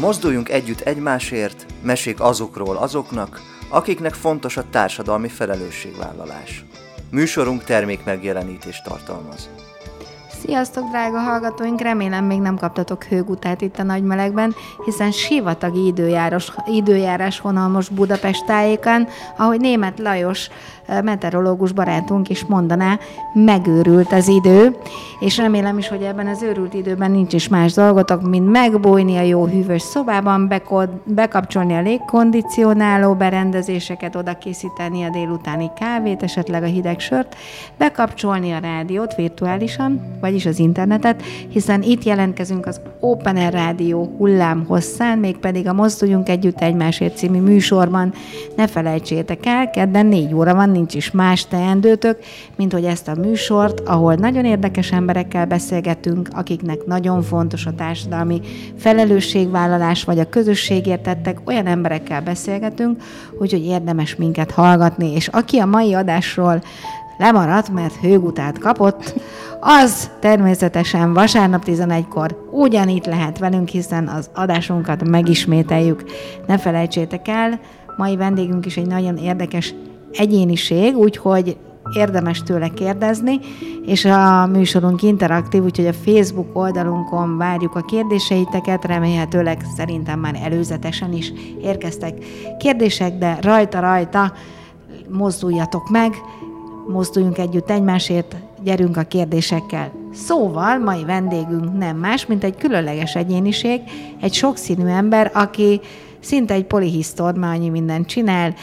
Mozduljunk együtt egymásért, mesék azokról azoknak, akiknek fontos a társadalmi felelősségvállalás. Műsorunk termékmegjelenítést tartalmaz. Sziasztok, drága hallgatóink! Remélem még nem kaptatok hőgutát itt a nagymelegben, hiszen sivatagi időjárás vonal most Budapest tájékán, ahogy Németh Lajos meteorológus barátunk is mondaná, megőrült az idő, és remélem is, hogy ebben az őrült időben nincs is más dolgotok, mint megbújni a jó hűvös szobában, bekapcsolni a légkondicionáló berendezéseket, oda készíteni a délutáni kávét, esetleg a hideg sört, bekapcsolni a rádiót virtuálisan, vagyis az internetet, hiszen itt jelentkezünk az Open Air Rádió hullám hosszán, mégpedig a Mozduljunk Együtt Egymásért című műsorban. Ne felejtsétek el, kedden 4 óra van, nincs is más teendőtök, mint hogy ezt a műsort, ahol nagyon érdekes emberekkel beszélgetünk, akiknek nagyon fontos a társadalmi felelősségvállalás, vagy a közösségért tettek, olyan emberekkel beszélgetünk, úgyhogy érdemes minket hallgatni, és aki a mai adásról lemaradt, mert hőgutát kapott, az természetesen vasárnap 11-kor ugyanitt lehet velünk, hiszen az adásunkat megismételjük. Ne felejtsétek el, mai vendégünk is egy nagyon érdekes egyéniség, úgyhogy érdemes tőle kérdezni, és a műsorunk interaktív, úgyhogy a Facebook oldalunkon várjuk a kérdéseiteket, remélhetőleg szerintem már előzetesen is érkeztek kérdések, de rajta mozduljatok meg, mozduljunk együtt egymásért, gyerünk a kérdésekkel. Szóval mai vendégünk nem más, mint egy különleges egyéniség, egy sokszínű ember, aki szinte egy polihisztor, már annyi mindent csinál,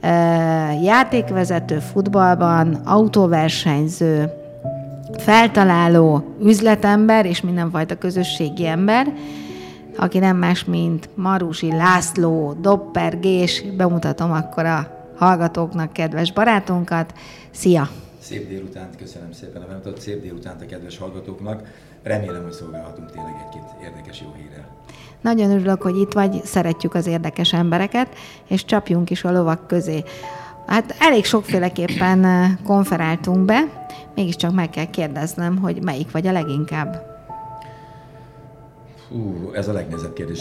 játékvezető futballban, autóversenyző, feltaláló, üzletember és mindenfajta közösségi ember, aki nem más, mint Maruzsi László, doppergés. Bemutatom akkor a hallgatóknak kedves barátunkat. Szia! Szép délutánt, köszönöm szépen a bemutatót, szép délutánt a kedves hallgatóknak. Remélem, hogy szolgálhatunk tényleg egy-két érdekes jó hírrel. Nagyon örülök, hogy itt vagy, szeretjük az érdekes embereket, és csapjunk is a lovak közé. Hát elég sokféleképpen konferáltunk be, mégiscsak meg kell kérdeznem, hogy melyik vagy a leginkább? Ez a legnehezebb kérdés.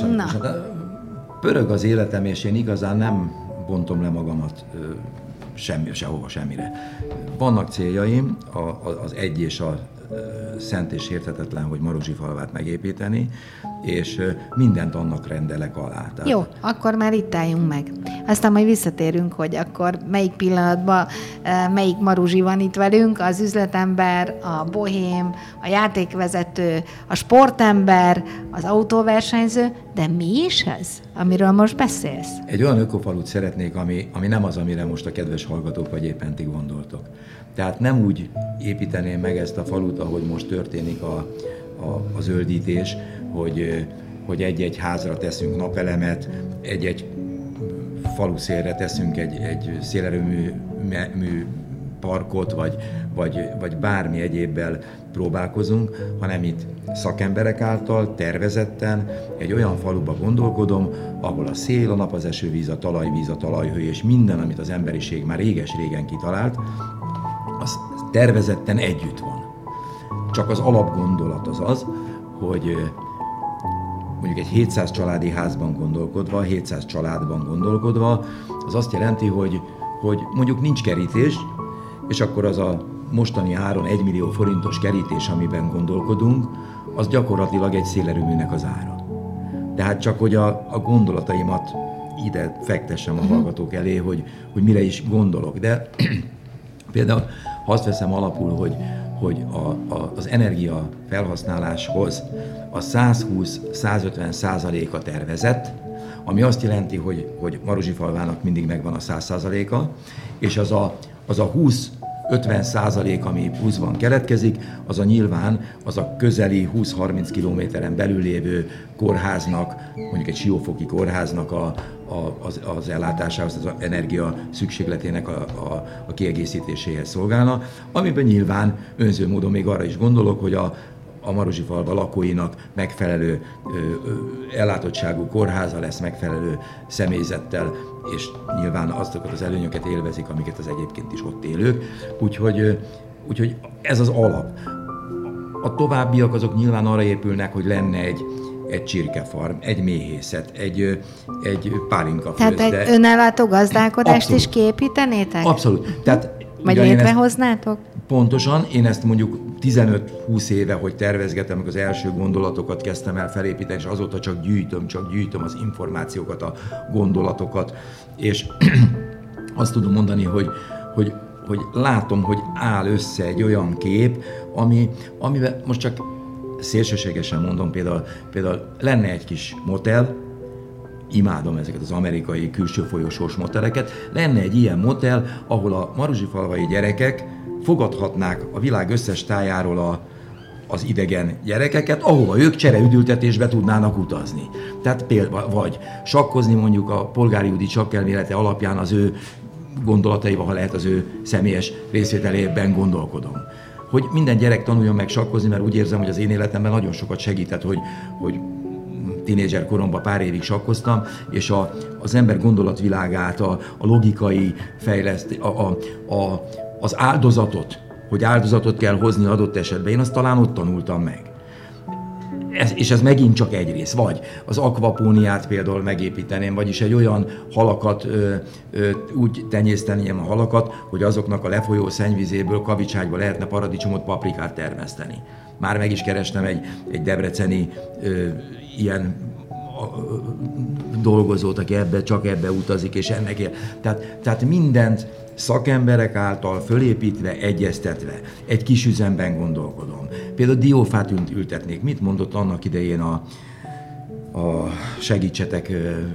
Pörög az életem, és én igazán nem bontom le magamat sehova, semmire. Vannak céljaim, az egy és a szent és érthetetlen, hogy Maruzsifalvát megépíteni, és mindent annak rendelek alá. Tehát... Jó, akkor már itt álljunk meg. Aztán majd visszatérünk, hogy akkor melyik pillanatban melyik Maruzsi van itt velünk, az üzletember, a bohém, a játékvezető, a sportember, az autóversenyző, de mi is ez, amiről most beszélsz? Egy olyan ökofalut szeretnék, ami nem az, amire most a kedves hallgatók vagy éppen ti gondoltok. Tehát nem úgy építeném meg ezt a falut, ahogy most történik a zöldítés, hogy egy-egy házra teszünk napelemet, egy-egy faluszélre teszünk egy szélerőmű parkot, vagy bármi egyébbel próbálkozunk, hanem itt szakemberek által tervezetten egy olyan faluba gondolkodom, ahol a szél, a nap, az esővíz, a talajvíz, a talajhő és minden, amit az emberiség már réges-régen kitalált, az tervezetten együtt van. Csak az alapgondolat az, hogy mondjuk egy 700 családi házban gondolkodva, 700 családban gondolkodva, az azt jelenti, hogy mondjuk nincs kerítés, és akkor az a mostani áron 1 millió forintos kerítés, amiben gondolkodunk, az gyakorlatilag egy szélerőműnek az ára. Tehát csak, hogy a gondolataimat ide fektessem a hallgatók elé, hogy mire is gondolok. De például, ha azt veszem alapul, hogy az energia felhasználáshoz a 120-150% tervezett, ami azt jelenti, hogy Maruzsifalvának mindig megvan a 100%-a, és az a 20-50%, ami pluszban keletkezik, az a nyilván az a közeli 20-30 kilométeren belül lévő kórháznak, mondjuk egy Siófoki kórháznak az ellátásához, az energia szükségletének a kiegészítéséhez szolgálna, amiben nyilván önző módon még arra is gondolok, hogy a Maruzsifalva lakóinak megfelelő ellátottságú kórháza lesz, megfelelő személyzettel, és nyilván azokat az előnyöket élvezik, amiket az egyébként is ott élők. Úgyhogy ez az alap. A továbbiak azok nyilván arra épülnek, hogy lenne egy csirkefarm, egy méhészet, egy pálinkafőzde. Tehát egy önállátó gazdálkodást Abszolút. is kiépítenétek? Abszolút. Tehát, vagy létrehoznátok? Pontosan, én ezt mondjuk 15-20 éve, hogy tervezgetem, amikor az első gondolatokat kezdtem el felépíteni, és azóta csak gyűjtöm az információkat, a gondolatokat, és azt tudom mondani, hogy látom, hogy áll össze egy olyan kép, amiben most csak szélsőségesen mondom, például lenne egy kis motel, imádom ezeket az amerikai külső folyosós moteleket, lenne egy ilyen motel, ahol a maruzsifalvai gyerekek fogadhatnák a világ összes tájáról az idegen gyerekeket, ahova ők csereüdültetésbe tudnának utazni. Tehát például, vagy sakkozni mondjuk a polgári úti sakkelmélete alapján az ő gondolataival, ha lehet az ő személyes részvételében gondolkodom. Hogy minden gyerek tanuljon meg sakkozni, mert úgy érzem, hogy az én életemben nagyon sokat segített, hogy tínédzser koromban pár évig sakkoztam, és az ember gondolatvilágát, a logikai fejlesztés, az áldozatot, hogy áldozatot kell hozni adott esetben, én azt talán ott tanultam meg. És ez megint csak egy rész. Vagy az akvapóniát például megépíteném, vagyis egy olyan halakat, úgy tenyészteném a halakat, hogy azoknak a lefolyó szennyvizéből, kavicságyból lehetne paradicsomot, paprikát termeszteni. Már meg is kerestem egy debreceni ilyen dolgozót, aki csak ebbe utazik, és ennek tehát mindent szakemberek által fölépítve, egyeztetve, egy kis üzemben gondolkodom. Például diófát ültetnék. Mit mondott annak idején a segítsetek,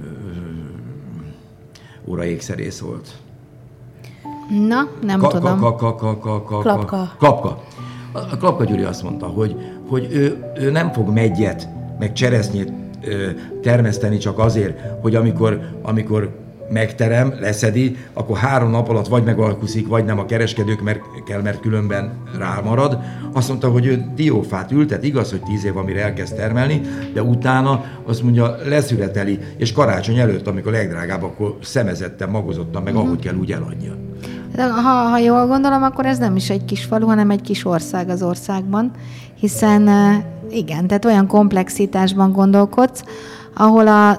óra ékszerész volt? Na, nem tudom. Klapka. Klapka. A Klapka Gyuri azt mondta, hogy ő nem fog meggyet, meg cseresznyét termeszteni csak azért, hogy amikor megterem, leszedi, akkor 3 nap alatt vagy megalkuszik, vagy nem a kereskedők, mert különben rámarad. Azt mondta, hogy ő diófát ültet, igaz, hogy 10 év, amire elkezd termelni, de utána azt mondja, leszületeli, és karácsony előtt, amikor legdrágább, akkor szemezetten, magozottan, meg ahogy kell, úgy eladja. Ha jól gondolom, akkor ez nem is egy kis falu, hanem egy kis ország az országban, hiszen igen, tehát olyan komplexitásban gondolkodsz, ahol a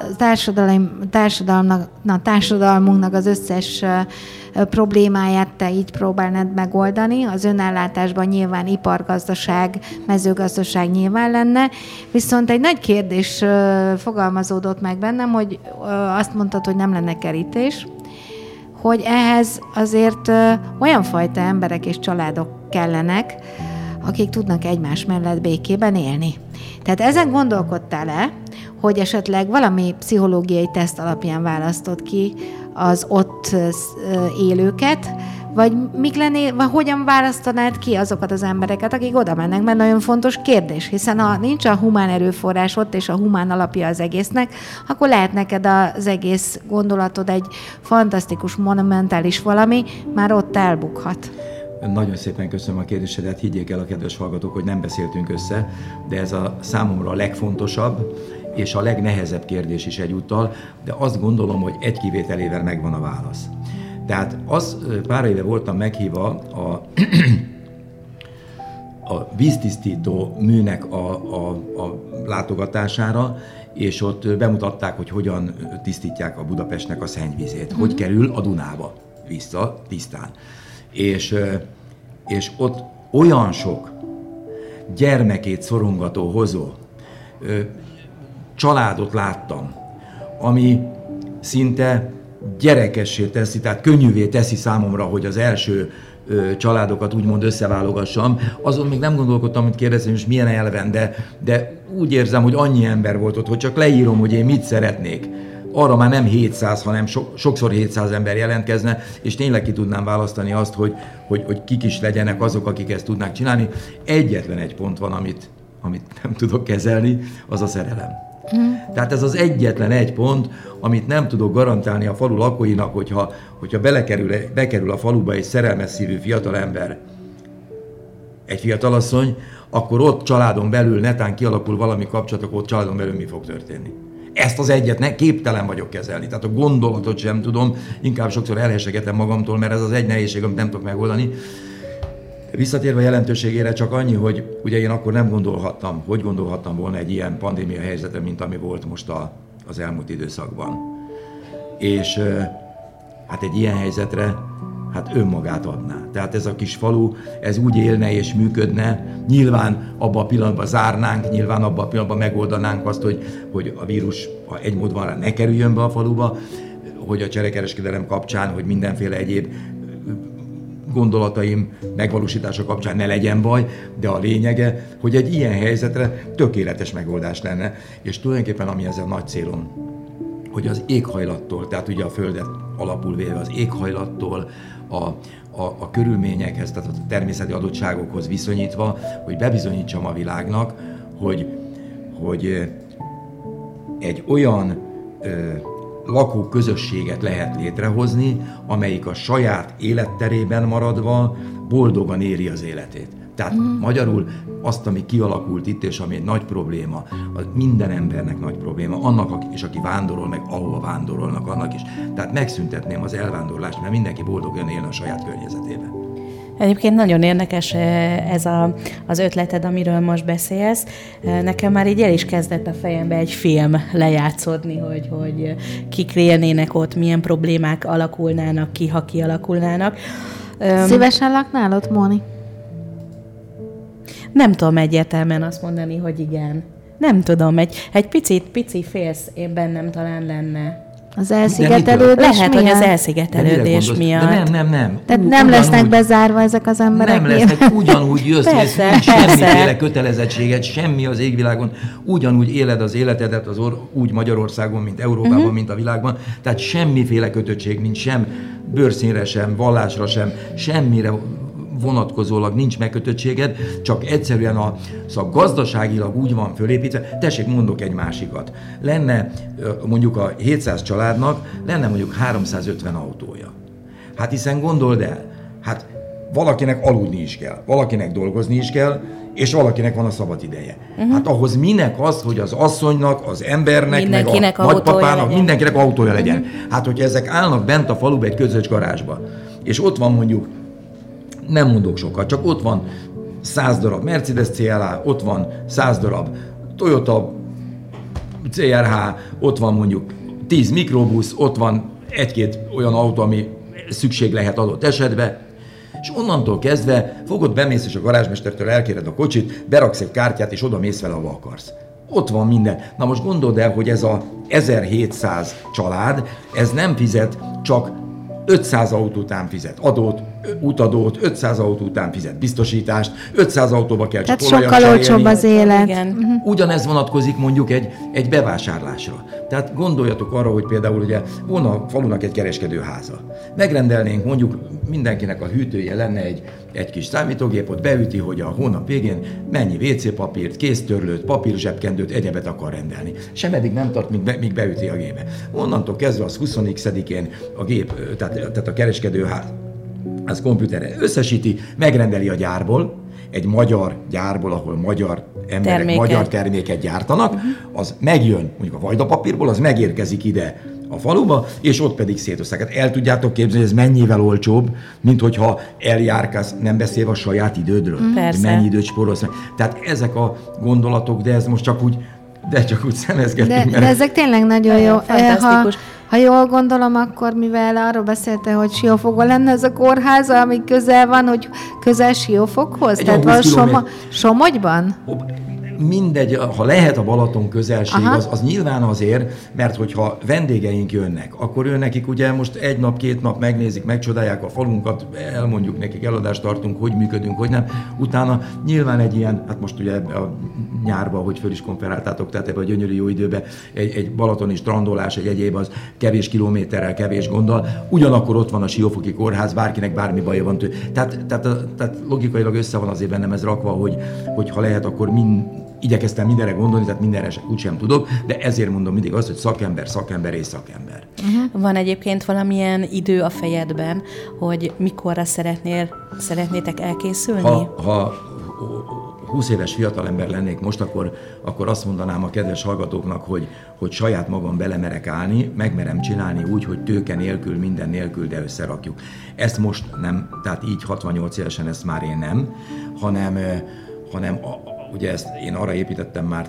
társadalmunknak az összes problémáját te így próbálnád megoldani. Az önállátásban nyilván ipargazdaság, mezőgazdaság nyilván lenne, viszont egy nagy kérdés fogalmazódott meg bennem, hogy azt mondtad, hogy nem lenne kerítés, hogy ehhez azért olyan fajta emberek és családok kellenek, akik tudnak egymás mellett békében élni. Tehát ezen gondolkodtál-e, hogy esetleg valami pszichológiai teszt alapján választod ki az ott élőket, vagy hogyan választanád ki azokat az embereket, akik oda mennek, mert nagyon fontos kérdés, hiszen ha nincs a humán erőforrás ott, és a humán alapja az egésznek, akkor lehet neked az egész gondolatod egy fantasztikus, monumentális valami, már ott elbukhat. Nagyon szépen köszönöm a kérdésedet, higgyék el a kedves hallgatók, hogy nem beszéltünk össze, de ez a számomra a legfontosabb és a legnehezebb kérdés is egyúttal, de azt gondolom, hogy egy kivételével megvan a válasz. Tehát pár éve voltam meghívva a víztisztító műnek a látogatására, és ott bemutatták, hogy hogyan tisztítják a Budapestnek a szennyvizét, hogy kerül a Dunába vissza tisztán. És ott olyan sok gyermekét szorongató, hozó családot láttam, ami szinte gyerekessé teszi, tehát könnyűvé teszi számomra, hogy az első családokat úgymond összeválogassam. Azon még nem gondolkodtam, hogy kérdezem, hogy milyen elven, de úgy érzem, hogy annyi ember volt ott, hogy csak leírom, hogy én mit szeretnék. Arra már nem 700, hanem sokszor 700 ember jelentkezne, és tényleg ki tudnám választani azt, hogy kik is legyenek azok, akik ezt tudnák csinálni. Egyetlen egy pont van, amit nem tudok kezelni, az a szerelem. Tehát ez az egyetlen egy pont, amit nem tudok garantálni a falu lakóinak, hogyha bekerül a faluba egy szerelmes szívű fiatalember, egy fiatalasszony, akkor ott családon belül netán kialakul valami kapcsolat, akkor ott családon belül mi fog történni. Ezt az egyet képtelen vagyok kezelni, tehát a gondolatot sem tudom, inkább sokszor elhessegetem magamtól, mert ez az egy nehézség, amit nem tudok megoldani. Visszatérve a jelentőségére csak annyi, hogy ugye én akkor nem gondolhattam volna egy ilyen pandémia helyzetre, mint ami volt most az elmúlt időszakban. És hát egy ilyen helyzetre hát önmagát adná. Tehát ez a kis falu, ez úgy élne és működne, nyilván abban a pillanatban zárnánk, nyilván abban a pillanatban megoldanánk azt, hogy a vírus, ha egy mód van rá, ne kerüljön be a faluba, hogy a cserekereskedelem kapcsán, hogy mindenféle egyéb gondolataim megvalósítása kapcsán ne legyen baj, de a lényege, hogy egy ilyen helyzetre tökéletes megoldás lenne, és tulajdonképpen ami ezzel nagy célom, hogy az éghajlattól, tehát ugye a Földet alapul véve az éghajlattól, a körülményekhez, tehát a természeti adottságokhoz viszonyítva, hogy bebizonyítsam a világnak, hogy egy olyan lakóközösséget lehet létrehozni, amelyik a saját életterében maradva boldogan éli az életét. Tehát magyarul azt, ami kialakult itt, és ami egy nagy probléma, az minden embernek nagy probléma, annak és aki vándorol, meg ahova vándorolnak, annak is. Tehát megszüntetném az elvándorlást, mert mindenki boldogan élne a saját környezetében. Egyébként nagyon érdekes ez az ötleted, amiről most beszélsz. Nekem már így el is kezdett a fejembe egy film lejátszódni, hogy kik élnének ott, milyen problémák alakulnának ki, ha kialakulnának. Szívesen laknál ott, Móni? Nem tudom egyértelműen azt mondani, hogy igen. Nem tudom, egy pici félsz én bennem talán lenne. Az elszigetelődés lehet, hogy az elszigetelődés miatt. De nem. Tehát nem lesznek bezárva ezek az emberek? Nem lesznek, ugyanúgy jössz, nincs semmiféle kötelezettséged, semmi az égvilágon, ugyanúgy éled az életedet úgy Magyarországon, mint Európában, mint a világban, tehát semmiféle kötöttség, mint sem bőrszínre, sem vallásra, sem semmire vonatkozólag nincs megkötöttséged, csak egyszerűen szóval gazdaságilag úgy van fölépítve. Tessék, mondok egy másikat. Lenne mondjuk a 700 családnak, lenne mondjuk 350 autója. Hát hiszen gondold el, hát valakinek aludni is kell, valakinek dolgozni is kell, és valakinek van a szabad ideje. Hát ahhoz minek az, hogy az asszonynak, az embernek, mindenkinek meg a nagypapának, mindenkinek autója legyen. Hát, hogyha ezek állnak bent a faluba egy közös garázsba, és ott van mondjuk, nem mondok sokat, csak ott van 100 darab Mercedes CLA, ott van 100 darab Toyota CRH, ott van mondjuk 10 mikrobusz, ott van egy-két olyan autó, ami szükség lehet adott esetben, és onnantól kezdve fogod, bemész, és a garázsmestertől elkéred a kocsit, beraksz egy kártyát, és oda mész vele, ahova akarsz. Ott van minden. Na most gondold el, hogy ez a 1700 család, ez nem fizet, csak 500 autó után fizet adót, utadót, 500 autó után fizet biztosítást, 500 autóba kell csak olajat cserélni. Tehát sokkal olcsóbb az élet. Igen. Ugyanez vonatkozik mondjuk egy bevásárlásra. Tehát gondoljatok arra, hogy például ugye volna a falunak egy kereskedőháza. Megrendelnénk mondjuk mindenkinek a hűtője lenne egy kis számítógépot, beüti, hogy a hónap végén mennyi WC papírt, kéztörlőt, papírzsebkendőt, egyebet akar rendelni. Sem eddig nem tart, míg beüti a gépbe. Onnantól kezdve az 20-én a gép, tehát a kereskedőház az komputerre összesíti, megrendeli a gyárból, egy magyar gyárból, ahol magyar emberek magyar terméket gyártanak, az megjön mondjuk a vajdapapírból, az megérkezik ide a faluba, és ott pedig szétoszták. Hát el tudjátok képzelni, hogy ez mennyivel olcsóbb, mint hogyha eljárkálsz, nem beszélve a saját idődről. Persze. Mennyi időt spórolsz. Tehát ezek a gondolatok, de ez most csak úgy szemezgetünk. De ezek tényleg nagyon jó. Fantasztikus. Ha jól gondolom, akkor mivel arról beszélte, hogy Siófokban lenne ez a kórháza, ami közel van, hogy közel Siófokhoz? Tehát van Somogyban? Mindegy, ha lehet a Balaton közelség, az nyilván azért, mert hogyha vendégeink jönnek, akkor nekik ugye most egy nap, 2 nap megnézik, megcsodálják a falunkat, elmondjuk nekik, eladást tartunk, hogy működünk, hogy nem. Utána nyilván egy ilyen, hát most ugye a nyárban, hogy föl is konferáltátok, tehát ebben a gyönyörű jó időben egy balatoni strandolás, egy egyéb az kevés kilométerrel, kevés gonddal. Ugyanakkor ott van a Siófoki kórház, bárkinek bármi baja van. Tehát logikailag össze van azért bennem ez rakva, hogy ha lehet, akkor igyekeztem mindenre gondolni, tehát mindenre úgysem tudok, de ezért mondom mindig azt, hogy szakember és szakember. Van egyébként valamilyen idő a fejedben, hogy mikorra szeretnétek elkészülni? 20 éves fiatalember lennék most, akkor azt mondanám a kedves hallgatóknak, hogy saját magam belemerek állni, megmerem csinálni úgy, hogy tőke nélkül, minden nélkül, de összerakjuk. Ezt most nem, tehát így 68 évesen ezt már én nem, hanem ugye ezt én arra építettem már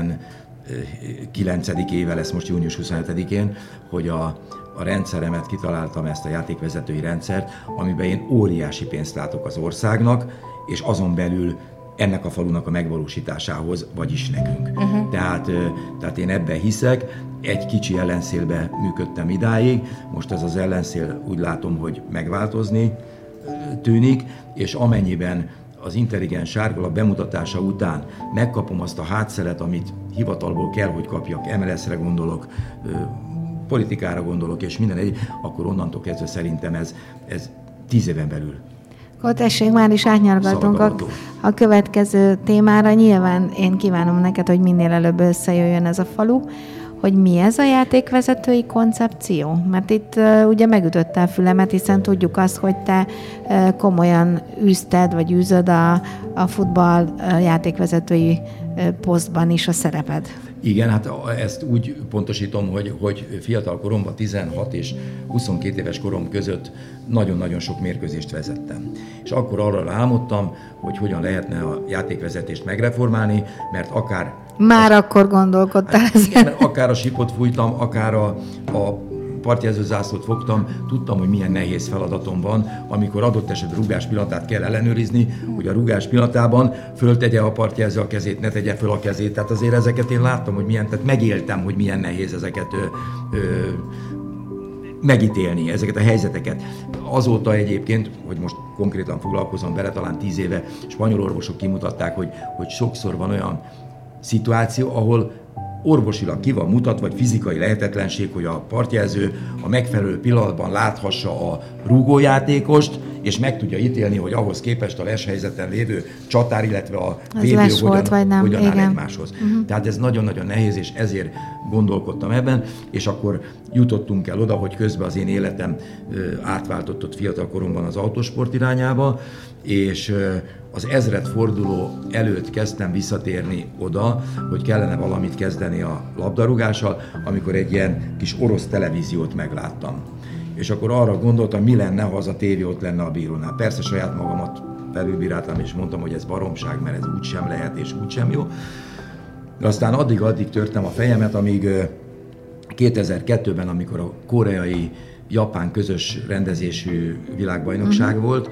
19. éve lesz most június 27-én, hogy a rendszeremet kitaláltam, ezt a játékvezetői rendszert, amiben én óriási pénzt látok az országnak, és azon belül ennek a falunak a megvalósításához, vagyis nekünk. Tehát én ebben hiszek, egy kicsi ellenszélbe működtem idáig, most ez az ellenszél úgy látom, hogy megváltozni tűnik, és amennyiben az intelligens sárga bemutatása után megkapom azt a hátszelet, amit hivatalból kell, hogy kapjak, MLS-re gondolok, politikára gondolok, és minden egy, akkor onnantól kezdve szerintem ez 10 éven belül. Akkor tessék, már is átnyargatunk a következő témára. Nyilván én kívánom neked, hogy minél előbb összejöjjön ez a falu, hogy mi ez a játékvezetői koncepció? Mert itt ugye megütötte a fülemet, hiszen tudjuk azt, hogy te komolyan űzted, vagy űzöd a futball játékvezetői posztban is a szereped. Igen, hát ezt úgy pontosítom, hogy fiatal koromban, 16 és 22 éves korom között nagyon-nagyon sok mérkőzést vezettem. És akkor arra álmodtam, hogy hogyan lehetne a játékvezetést megreformálni, mert akár... Akkor gondolkodtál ezen. Akár a sípot fújtam, akár a partjelzőzászlót fogtam, tudtam, hogy milyen nehéz feladatom van, amikor adott esetben rugás pillanatát kell ellenőrizni, hogy a rugás pillanatában föltegye a partjelző a kezét, ne tegye föl a kezét. Tehát azért ezeket én láttam, hogy milyen, tehát megéltem, hogy milyen nehéz ezeket megítélni, ezeket a helyzeteket. Azóta egyébként, hogy most konkrétan foglalkozom vele, talán 10 éve spanyol orvosok kimutatták, hogy sokszor van olyan szituáció, ahol orvosilag ki van mutat, vagy fizikai lehetetlenség, hogy a partjelző a megfelelő pillanatban láthassa a rúgójátékost, és meg tudja ítélni, hogy ahhoz képest a leshelyzeten lévő csatár, illetve a védő hogyan áll egymáshoz. Tehát ez nagyon-nagyon nehéz, és ezért gondolkodtam ebben, és akkor jutottunk el oda, hogy közben az én életem átváltott ott fiatal koromban az autósport irányába, és az ezredforduló előtt kezdtem visszatérni oda, hogy kellene valamit kezdeni a labdarúgással, amikor egy ilyen kis orosz televíziót megláttam. És akkor arra gondoltam, mi lenne, ha az a tévé ott lenne a bírónál. Persze saját magamat felülbíráltam, és mondtam, hogy ez baromság, mert ez úgy sem lehet, és úgy sem jó. De aztán addig törtem a fejemet, amíg 2002-ben, amikor a koreai-japán közös rendezésű világbajnokság volt,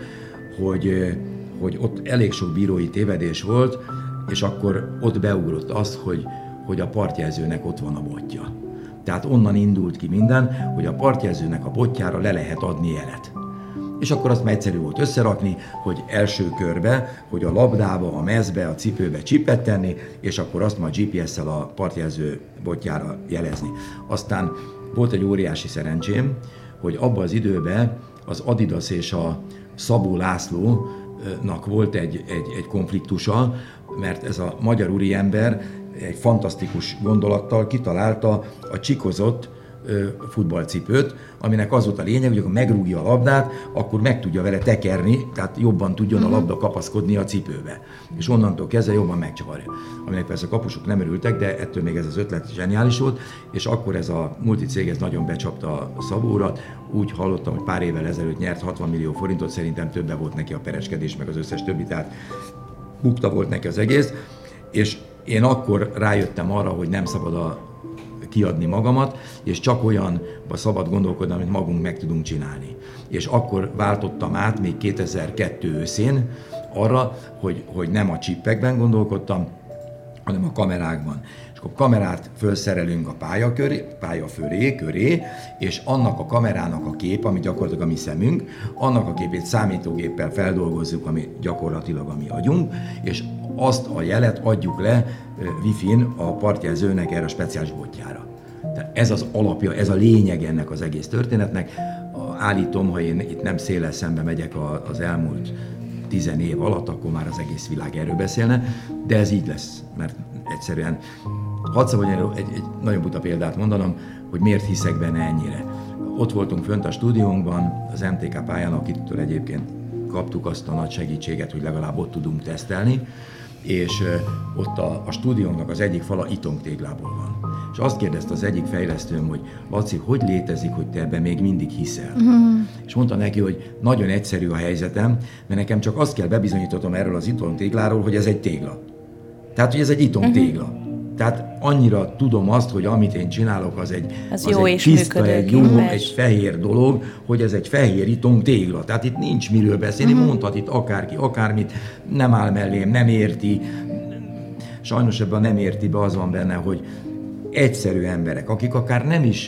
hogy ott elég sok bírói tévedés volt, és akkor ott beugrott az, hogy a partjelzőnek ott van a botja. Tehát onnan indult ki minden, hogy a partjelzőnek a botjára le lehet adni jelet. És akkor azt már egyszerű volt összerakni, hogy első körbe, hogy a labdába, a mezbe, a cipőbe csipet tenni, és akkor azt majd GPS-szel a partjelző botjára jelezni. Aztán volt egy óriási szerencsém, hogy abban az időben az Adidas és a Szabó Lászlónak volt egy konfliktusa, mert ez a magyar úriember egy fantasztikus gondolattal kitalálta a csikozott futballcipőt, aminek az volt a lényeg, hogy akkor megrúgja a labdát, akkor meg tudja vele tekerni, tehát jobban tudjon a labda kapaszkodni a cipőbe. És onnantól kezdve jobban megcsavarja. Aminek persze a kapusok nem örültek, de ettől még ez az ötlet zseniális volt, és akkor ez a multicég ez nagyon becsapta a Szabóra. Úgy hallottam, hogy pár évvel ezelőtt nyert 60 millió forintot, szerintem többe volt neki a pereskedés, meg az összes többi, tehát bukta volt neki az egész, és én akkor rájöttem arra, hogy nem szabad kiadni magamat, és csak olyanba szabad gondolkodni, amit magunk meg tudunk csinálni. És akkor váltottam át, még 2002 őszén, arra, hogy nem a csippekben gondolkodtam, hanem a kamerákban. És akkor kamerát felszerelünk a pálya köré, és annak a kamerának a kép, ami gyakorlatilag a mi szemünk, annak a képét számítógéppel feldolgozzuk, ami gyakorlatilag a mi agyunk, és azt a jelet adjuk le Wi-Fi-n a partjelzőnek erre a speciális botjára. Tehát ez az alapja, ez a lényeg ennek az egész történetnek. Állítom, ha én itt nem széllel szembe megyek az elmúlt 10 év alatt, akkor már az egész világ erről beszélne, de ez így lesz, mert egyszerűen, hadd szabad egy nagyon buta példát mondanom, hogy miért hiszek benne ennyire. Ott voltunk fönt a stúdiónkban, az MTK pályán, akitől egyébként kaptuk azt a nagy segítséget, hogy legalább ott tudunk tesztelni, és ott a stúdiónak az egyik fala itongtéglából van. És azt kérdezte az egyik fejlesztőm, hogy Laci, hogy létezik, hogy te ebben még mindig hiszel? És mondta neki, hogy nagyon egyszerű a helyzetem, mert nekem csak azt kell bebizonyítanom erről az itongtégláról, hogy ez egy tégla. Tehát, hogy ez egy itongtégla. Tehát annyira tudom azt, hogy amit én csinálok, az egy tiszta, egy jó, egy fehér dolog, hogy ez egy fehér itongtégla. Tehát itt nincs miről beszélni, mondhat itt akárki, akármit, nem áll mellém, nem érti. Sajnos ebben a nem értibe az van benne, hogy egyszerű emberek, akik akár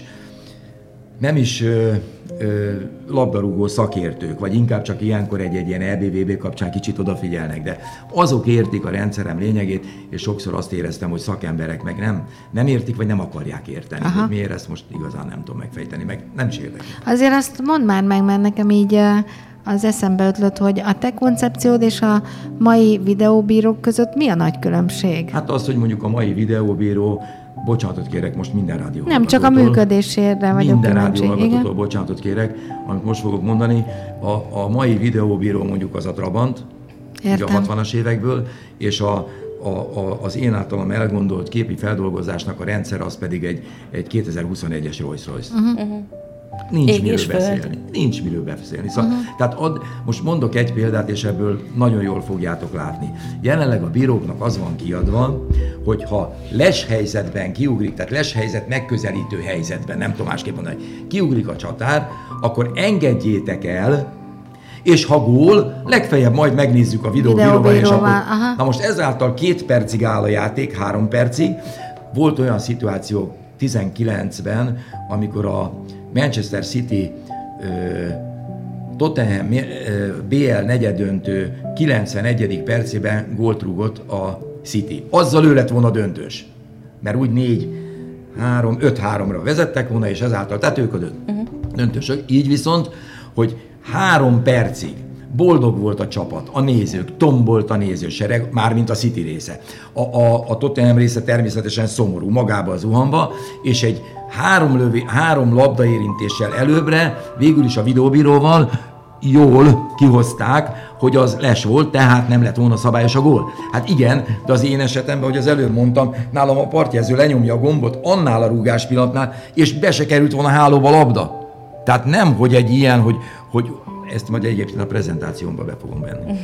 nem is labdarúgó szakértők, vagy inkább csak ilyenkor egy ilyen EBVB kapcsán kicsit odafigyelnek, de azok értik a rendszerem lényegét, és sokszor azt éreztem, hogy szakemberek meg nem értik, vagy nem akarják érteni. Hogy miért, ezt most igazán nem tudom megfejteni, meg nem is érdekel. Azért azt mondd már meg, mert nekem így az eszembe ötlött, hogy a te koncepciód és a mai videóbírók között mi a nagy különbség? Hát az, hogy mondjuk a mai videóbíró, bocsánatot kérek most minden rádió. Nem csak a működésére vagyok minden rádióhallgatótól bocsánatot kérek, amit most fogok mondani. A mai videóbíró mondjuk az a Trabant, a 60-as évekből, és az én általam elgondolt képi feldolgozásnak a rendszer az pedig egy 2021-es Rolls-Royce. Nincs miről beszélni. Szóval, tehát most mondok egy példát, és ebből nagyon jól fogjátok látni. Jelenleg a bíróknak az van kiadva, hogy ha leshelyzetben kiugrik, tehát leshelyzet megközelítő helyzetben, nem tudom másképp mondani, kiugrik a csatár, akkor engedjétek el, és ha gól, legfeljebb majd megnézzük a videóbíróval, és akkor... Na most ezáltal 2 percig áll a játék, 3 percig. Volt olyan szituáció 19-ben, amikor a Manchester City Tottenham BL negyeddöntő 91. percében gólt rúgott a City. Azzal ő lett volna döntős, mert úgy 5-3-ra vezettek volna, és ezáltal, tehát ők a döntősök. Így viszont, hogy 3 percig boldog volt a csapat, a nézők, tombolt a nézősereg, mármint a City része. A Tottenham része természetesen szomorú, magába zuhanva, és egy 3 labdaérintéssel előbbre, végül is a videóbíróval jól kihozták, hogy az les volt, tehát nem lett volna szabályos a gól. Hát igen, de az én esetemben, hogy az előbb mondtam, nálam a partjelző lenyomja a gombot annál a rúgás pillanatnál, és be se került volna hálóba labda. Tehát nem, hogy egy ilyen, hogy ezt majd egyébként a prezentációmba be fogom venni.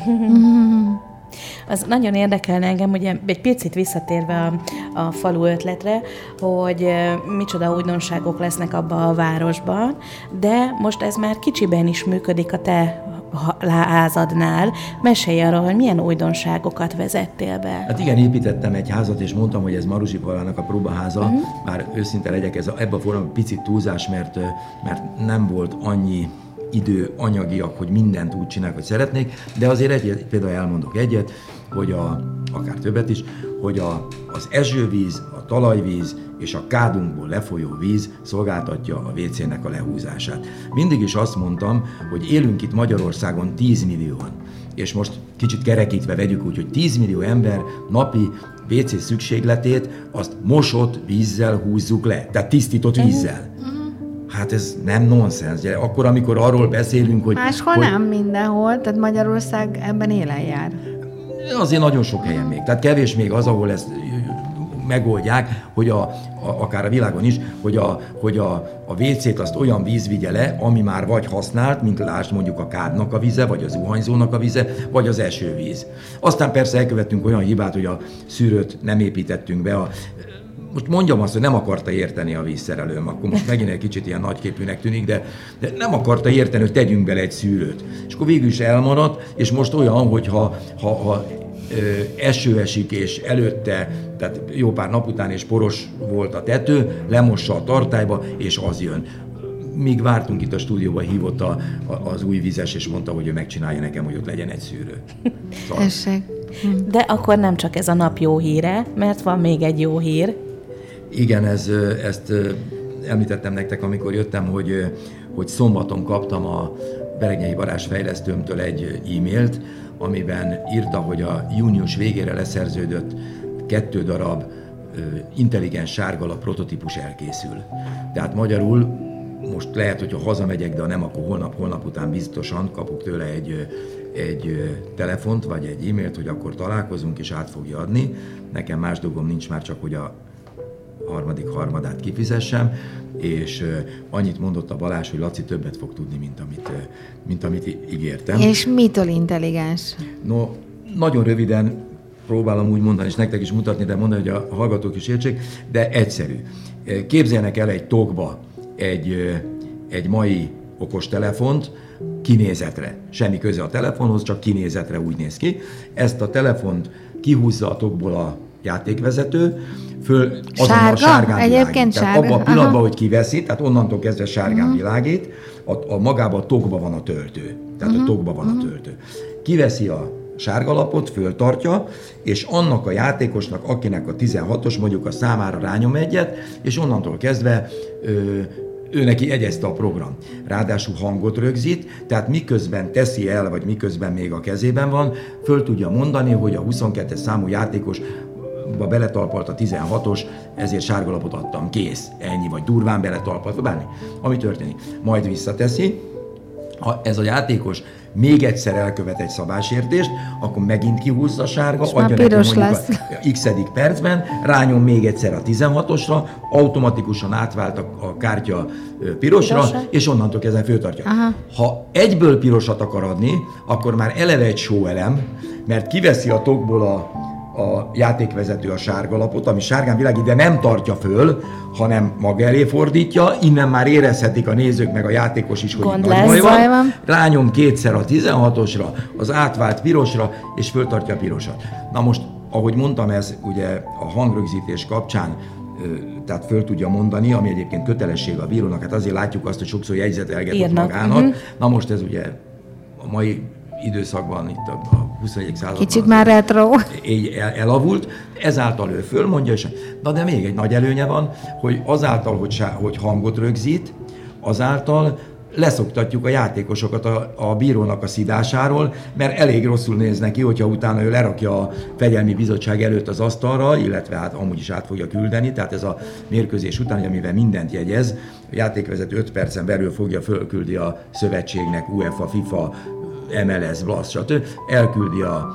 Az nagyon érdekelne engem, ugye egy picit visszatérve a falu ötletre, hogy micsoda újdonságok lesznek abban a városban, de most ez már kicsiben is működik a te házadnál. Mesélj arról, hogy milyen újdonságokat vezettél be. Hát igen, építettem egy házat, és mondtam, hogy ez Marusi Palának a próbaháza. Bár őszinte legyek, ebben a formában picit túlzás, mert nem volt annyi idő anyagiak, hogy mindent úgy csinálják, hogy szeretnék, de azért például elmondok egyet, hogy akár többet is, hogy az esővíz, a talajvíz és a kádunkból lefolyó víz szolgáltatja a WC-nek a lehúzását. Mindig is azt mondtam, hogy élünk itt Magyarországon 10 millióan, és most kicsit kerekítve vegyük úgy, hogy 10 millió ember napi WC szükségletét azt mosott vízzel húzzuk le, tehát tisztított vízzel. Hát ez nem nonsens. Akkor, amikor arról beszélünk, hogy... Máshol nem mindenhol, tehát Magyarország ebben élen jár. Azért nagyon sok helyen még. Tehát kevés még az, ahol ezt megoldják, hogy akár a világon is, hogy a WC-t azt olyan víz vigye le, ami már vagy használt, mint lásd mondjuk a kádnak a vize, vagy a zuhanyzónak a vize, vagy az esővíz. Aztán persze elkövettünk olyan hibát, hogy a szűrőt nem építettünk be. Most mondjam azt, hogy nem akarta érteni a vízszerelőm, akkor most megint egy kicsit ilyen nagyképűnek tűnik, de nem akarta érteni, hogy tegyünk bele egy szűrőt. És akkor végül is elmaradt, és most olyan, hogy ha eső esik, és előtte, tehát jó pár nap után, és poros volt a tető, lemossa a tartályba, és az jön. Míg vártunk itt a stúdióban, hívott az új vízes, és mondta, hogy ő megcsinálja nekem, hogy ott legyen egy szűrő. Szóval. De akkor nem csak ez a nap jó híre, mert van még egy jó hír. Igen, ezt említettem nektek, amikor jöttem, hogy szombaton kaptam a Beregnyi Balázs fejlesztőmtől egy e-mailt, amiben írta, hogy a június végére leszerződött 2 darab intelligens sárgalap prototípus elkészül. Tehát magyarul most lehet, hogyha hazamegyek, de ha nem, akkor holnap után biztosan kapok tőle egy telefont vagy egy e-mailt, hogy akkor találkozunk és át fogja adni. Nekem más dolgom nincs már, csak hogy a harmadát kifizessem, és annyit mondott a Balázs, hogy Laci többet fog tudni, mint amit ígértem. És mitől intelligens? No, nagyon röviden próbálom úgy mondani, és nektek is mutatni, de mondani, hogy a hallgatók is értsék, de egyszerű. Képzeljenek el egy tokba egy mai okostelefont, kinézetre. Semmi köze a telefonhoz, csak kinézetre úgy néz ki. Ezt a telefont kihúzza a tokból a játékvezető, azonnal sárgán egyébként világít. Tehát abban a pillanatban, hogy kiveszi, tehát onnantól kezdve sárgán világít, magában a tokba van a töltő. Tehát a tokba van a töltő. Kiveszi a sárgalapot, föltartja, és annak a játékosnak, akinek a 16-os, mondjuk a számára rányom egyet, és onnantól kezdve ő neki egyezte a program. Ráadásul hangot rögzít, tehát miközben teszi el, vagy miközben még a kezében van, föl tudja mondani, hogy a 22-es számú játékos beletalpalt a 16-os, ezért sárgalapot adtam, kész, ennyi, vagy durván beletalpalt, vagy bármi, ami történik. Majd visszateszi, ha ez a játékos még egyszer elkövet egy szabálysértést, akkor megint kihúzza a sárga, adja neki mondjuk a x-edik percben, rányom még egyszer a 16-osra, automatikusan átvált a kártya pirosra, és onnantól kezdve föltartja. Aha. Ha egyből pirosat akar adni, akkor már eleve egy sóelem, mert kiveszi a tokból a játékvezető a sárgalapot, ami sárgán világít, de nem tartja föl, hanem maga elé fordítja, innen már érezhetik a nézők meg a játékos is, hogy nagy baj van. Rányom kétszer a 16-osra, az átvált pirosra, és föltartja a pirosat. Na most, ahogy mondtam, ez ugye a hangrögzítés kapcsán tehát föl tudja mondani, ami egyébként kötelesség a bírónak, hát azért látjuk azt, hogy sokszor jegyzetelgetett magának. Na most ez ugye a mai időszakban, itt a 21. században. Kicsit már retro. Így elavult, ezáltal ő fölmondja, és na de még egy nagy előnye van, hogy azáltal, hogy hangot rögzít, azáltal leszoktatjuk a játékosokat a bírónak a szidásáról, mert elég rosszul néz neki, hogyha utána ő lerakja a fegyelmi bizottság előtt az asztalra, illetve hát amúgy is át fogja küldeni, tehát ez a mérkőzés után, amivel mindent jegyez, a játékvezető 5 percen belül fogja fölküldi a szövetségnek, UEFA, FIFA, MLS, BLASZ, stb. Elküldi a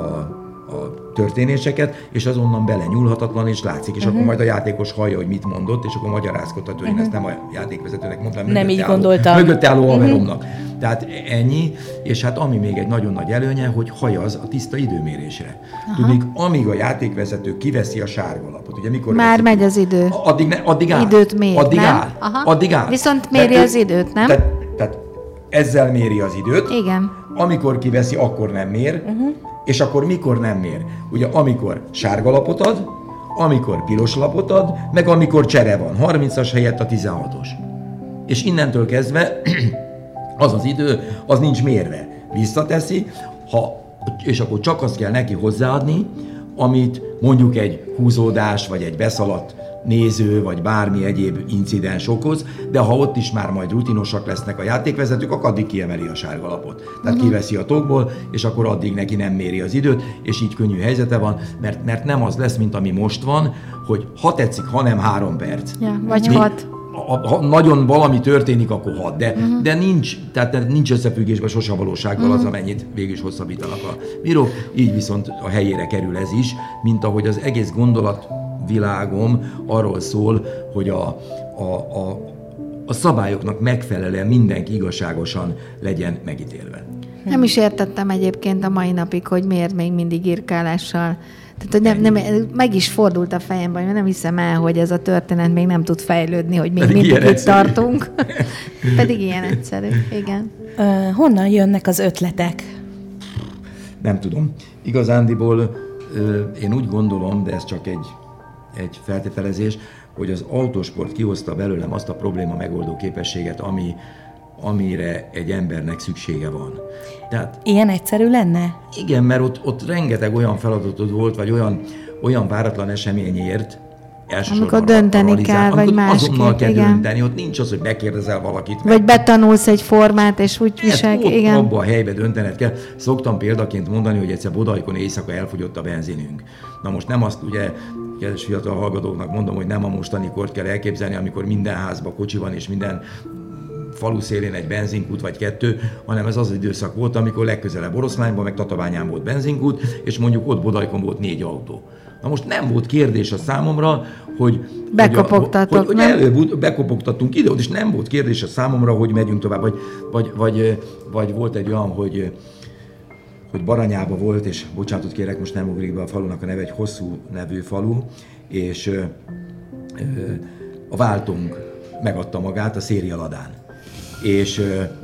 történéseket, és azonnan belenyúlhatatlan, és látszik, és akkor majd a játékos hallja, hogy mit mondott, és akkor magyarázkodhat, hogy én ezt nem a játékvezetőnek mondtam, nem így gondoltam. Mögötte álló haveromnak. Tehát ennyi, és hát ami még egy nagyon nagy előnye, hogy hajaz a tiszta időmérésre. Tudnék, amíg a játékvezető kiveszi a sárgalapot, ugye mikor már megy az idő. Addig áll. Időt mér, addig nem? áll. Addig áll. Viszont méri az időt, nem? Tehát ezzel méri az időt. Igen. Amikor kiveszi, akkor nem mér, és akkor mikor nem mér? Ugye amikor sárga lapot ad, amikor piros lapot ad, meg amikor csere van, 30-as helyett a 16-os. És innentől kezdve az idő, az nincs mérve. Visszateszi, és akkor csak azt kell neki hozzáadni, amit mondjuk egy húzódás, vagy egy beszaladt néző, vagy bármi egyéb incidens okoz, de ha ott is már majd rutinosak lesznek a játékvezetők, akkor addig kiemeli a sárgalapot. Tehát kiveszi a tokból, és akkor addig neki nem méri az időt, és így könnyű helyzete van, mert nem az lesz, mint ami most van, hogy ha tetszik, hanem 3 perc. Ja, vagy 6. Ha nagyon valami történik, akkor 6, de nincs összefüggésben sose a valósággal az, amennyit végül is hosszabbítanak a bírók, így viszont a helyére kerül ez is, mint ahogy az egész gondolatvilágom arról szól, hogy a szabályoknak megfelelően mindenki igazságosan legyen megítélve. Nem is értettem egyébként a mai napig, hogy miért még mindig irkálással. Tehát, hogy nem, meg is fordult a fejemben, hogy nem hiszem el, hogy ez a történet még nem tud fejlődni, hogy még mindig itt tartunk. Pedig ilyen egyszerű, igen. Honnan jönnek az ötletek? Nem tudom. Igazándiból én úgy gondolom, de ez csak egy feltételezés, hogy az autósport kihozta belőlem azt a probléma megoldó képességet, amire egy embernek szüksége van. Tehát, ilyen egyszerű lenne? Igen, mert ott rengeteg olyan feladatod volt, vagy olyan váratlan esemény ért, amikor dönteni kell, vagy másképp. Azonnal kell dönteni, ott nincs az, hogy megkérdezel valakit. Vagy betanulsz egy formát, és úgy viselkedsz. Igen. Abban a helyben döntened kell. Szoktam példaként mondani, hogy egyszer Bodaikon éjszaka elfogyott a benzinünk. Na most nem azt ugye, kedves fiatal hallgatóknak mondom, hogy nem a mostani kort kell elképzelni, amikor minden házban kocsi van, és minden falu szélén egy benzinkút vagy 2, hanem ez az időszak volt, amikor legközelebb Oroszlányban, meg Tatabányán volt benzinkút, és mondjuk ott Bodajkon volt 4 autó. Na most nem volt kérdés a számomra, hogy bekopogtatok, hogy előbb bekopogtattunk ide, és nem volt kérdés a számomra, hogy megyünk tovább, vagy volt egy olyan, hogy Baranyában volt, és bocsánatot kérek, most nem ugrik be a falunak a neve, egy Hosszú nevű falu, és a váltónk megadta magát a Szérialadán. És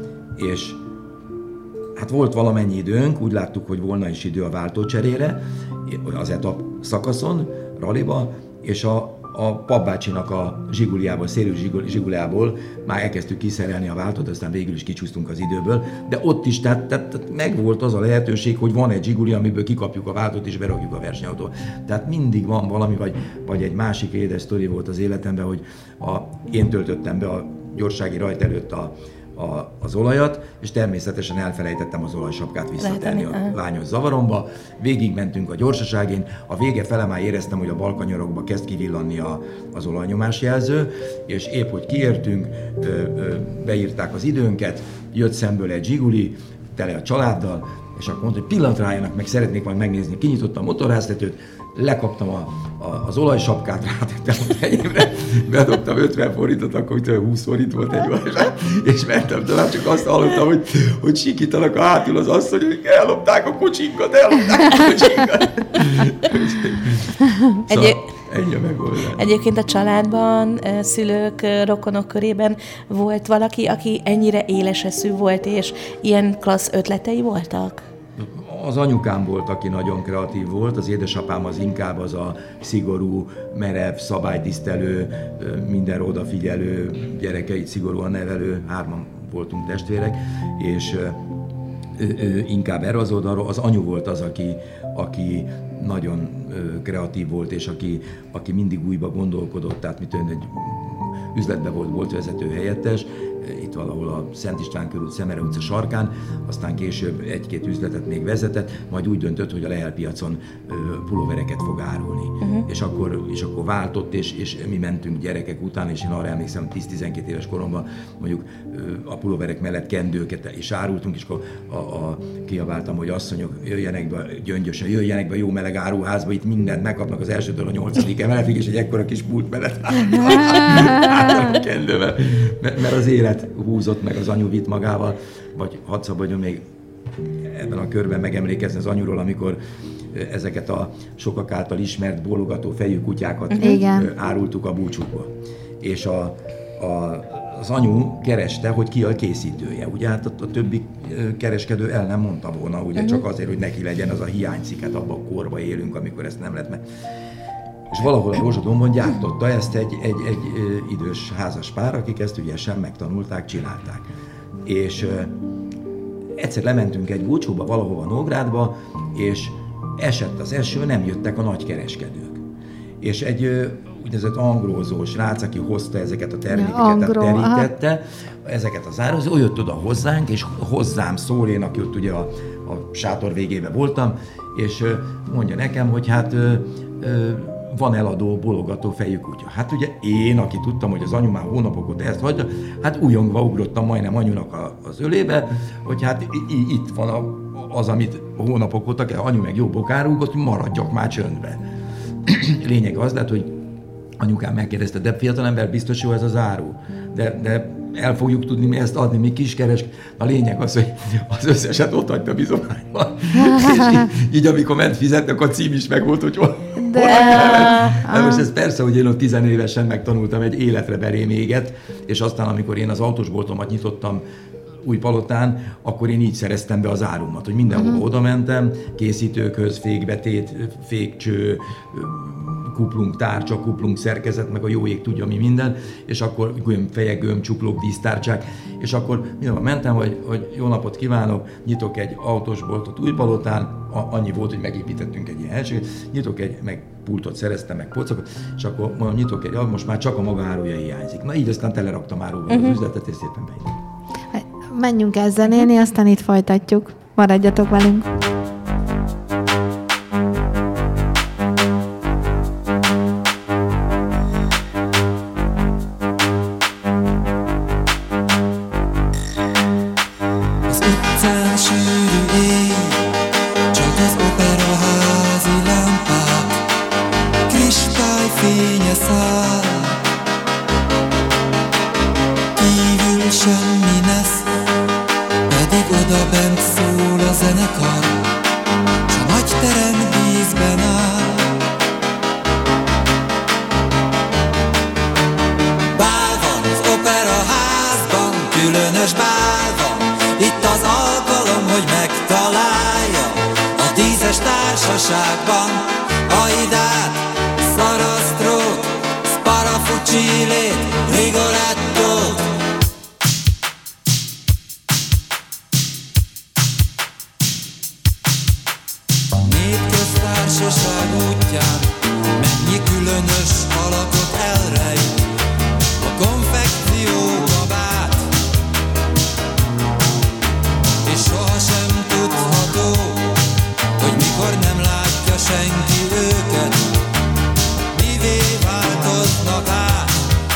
hát volt valamennyi időnk, úgy láttuk, hogy volna is idő a váltócserére, az etap szakaszon, raliba, és a papbácsinak a Zsiguliából, szélű Zsiguliából már elkezdtük kiszerelni a váltót, aztán végül is kicsúsztunk az időből, de ott is tehát megvolt az a lehetőség, hogy van egy Zsiguli, amiből kikapjuk a váltót és berakjuk a versenyautóba. Tehát mindig van valami, vagy egy másik édes sztori volt az életemben, hogy én töltöttem be a gyorsági rajt előtt az olajat, és természetesen elfelejtettem az olajsapkát visszatenni a lányos zavaromba. Végig mentünk a gyorsaságén, a vége fele már éreztem, hogy a bal kanyarokba kezd kivillanni az olajnyomásjelző, és épp hogy kiértünk, beírták az időnket, jött szemből egy Zsiguli, tele a családdal, és akkor mondta, hogy pillanatra álljanak meg, szeretnék majd megnézni. Kinyitottam a motorháztetőt, lekaptam az olajsapkát, rátettem a fenyémre, bedobtam 50 forintot, akkor 20 forint volt egy olajsap, és mentem tovább, csak azt hallottam, hogy sikítanak a hátul az asszony, hogy ellopták a kocsinkat. Szóval ennyi a megoldás. Egyébként a családban, szülők, rokonok körében volt valaki, aki ennyire éles eszű volt, és ilyen klassz ötletei voltak? Az anyukám volt, aki nagyon kreatív volt, az édesapám az inkább az a szigorú, merev, szabálytisztelő, mindenre odafigyelő, gyerekeit szigorúan nevelő, 3 voltunk testvérek, és ő inkább erre az oldalról. Az anyu volt az, aki nagyon kreatív volt, és aki mindig újba gondolkodott, tehát egy üzletben volt boltvezető helyettes, itt valahol a Szent István körút, Szemere utca sarkán, aztán később 1-2 üzletet még vezetett, majd úgy döntött, hogy a Lehel piacon pulóvereket fog árulni. És akkor váltott, és mi mentünk gyerekek után, és én arra emlékszem, 10-12 éves koromban mondjuk a pulóverek mellett kendőket is árultunk, és akkor kiabáltam, hogy asszonyok, jöjjenek be gyöngyösen, jöjjenek be a jó meleg áruházba, itt mindent megkapnak az elsőtől a 8. emeletig, és egy ekkora kis pult mellett álltam a kendővel, mert az élet húzott meg, az anyu vitt magával, vagy hadd szabadjon még ebben a körben megemlékezni az anyuról, amikor ezeket a sokak által ismert bólogató fejű kutyákat árultuk a búcsúkba. És az anyu kereste, hogy ki a készítője. Ugye hát a többi kereskedő el nem mondta volna, ugye csak azért, hogy neki legyen az a hiányciket, abban a korba élünk, amikor ezt nem lett meg. És valahol a Rózsadombon gyártotta ezt egy idős házas pár, akik ezt ügyesen megtanulták, csinálták. És egyszer lementünk egy búcsúba, valahova Nógrádba, és esett az eső, nem jöttek a nagykereskedők. És egy úgynevezett angrózó srác, aki hozta ezeket a termékeket, terítette, ezeket az árus, ő jött oda hozzánk, és hozzám szól, én, aki ott ugye a sátor végében voltam, és mondja nekem, hogy hát van eladó, bologató fejű kutya. Hát ugye én, aki tudtam, hogy az anyu már hónapok óta ezt hagyja, hát újongva ugrottam majdnem anyunak az ölébe, hogy hát itt van az, amit hónapok óta kell, anyu meg jó bokárúgott, hogy maradjak már csöndbe. Lényeg az lett, hogy anyukám megkérdezte, de fiatalember, biztos jó ez az áru? De el fogjuk tudni mi ezt adni, mi kiskereskedő. A lényeg az, hogy az összeset ott hagyta bizományban. És így amikor ment fizetni, akkor a cím is meg volt, hogy hol most ez persze, hogy én ott 10 évesen megtanultam egy életre belém éget, és aztán, amikor én az autósboltomat nyitottam Újpalotán, akkor én így szereztem be az árumat, hogy mindenhova oda mentem, készítőkhöz, fékbetét, fékcső, kuplung tárcsa, kuplung szerkezet, meg a jó ég tudja mi minden, és akkor fejek, gömb, csuklók, dísztárcsák, és akkor mindenhol mentem, hogy jó napot kívánok, nyitok egy autósboltot Újpalotán, annyi volt, hogy megépítettünk egy ilyen helységet, nyitok meg pultot szereztem, meg polcokat, és akkor mondom, nyitok most már csak a maga áruja hiányzik. Na így aztán teleraktam áruval az üzletet, és szépen beindult. Menjünk el zenélni, aztán itt folytatjuk. Maradjatok velünk! társaságban, Aidát, Sarastrót, Sparafucilét, Rigolettót. Népköztársaság útján mennyi különös alakot elrejt a konfekció babát, és sohasem tudható, hogy mikor nem látja senki őket, mivé változnak át.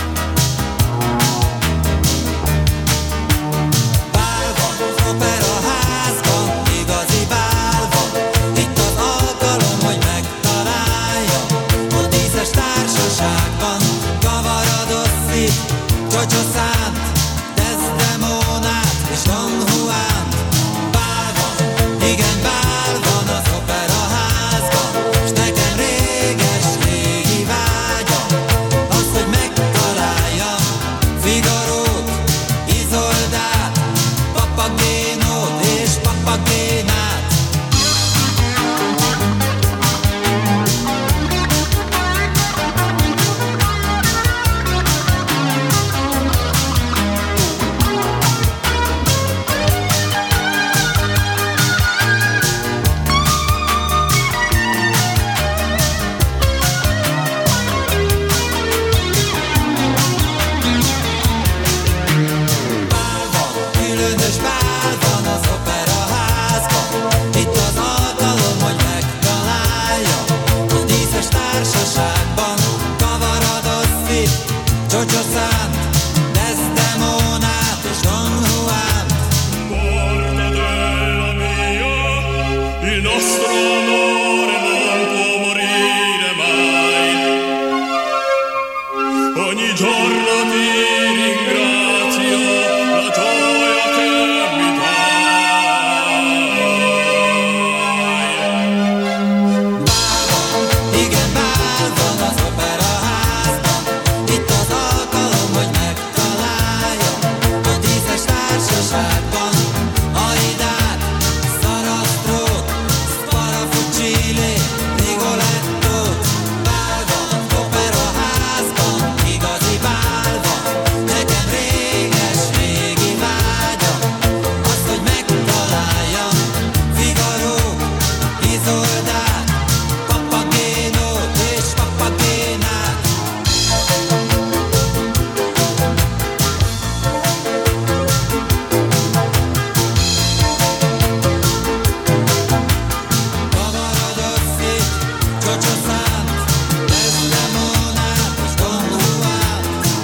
Bál van az operaházban, igazi bál van, itt az alkalom, hogy megtalálja. A díszes társaságban Cavaradossit, Csocsosszánt, Desdemonát és Don Juant. Bál van, igen bál van az operaházban, s nekem réges-régi vágyam az, hogy megtaláljam Figarót, Izoldát, Papagénót és Papagénát. Bál van, különös bál van az operaházban, itt az alkalom, hogy megtalálja. A díszes társaságban Cavaradossit, Csocsosszánt, Desdemonát és Don Juant. Morte della mia, il nostro amore non può morire mai. Ogni giorno ti ringrazio, la gioia che mi dai. Bál van, igen bál van az operaházban, itt az alkalom, hogy megtalálja. A díszes társaságban Aidát, Sarastrót, Sparafucilét, Rigolettót. Bál van az operaházban, igazi bál van, nekem réges-régi vágyam az, hogy megtaláljam Figarót, Izoldát, Papagénót és Papagénát. Cavaradossit, Csocsosszánt, Desdemonát és Don Juant.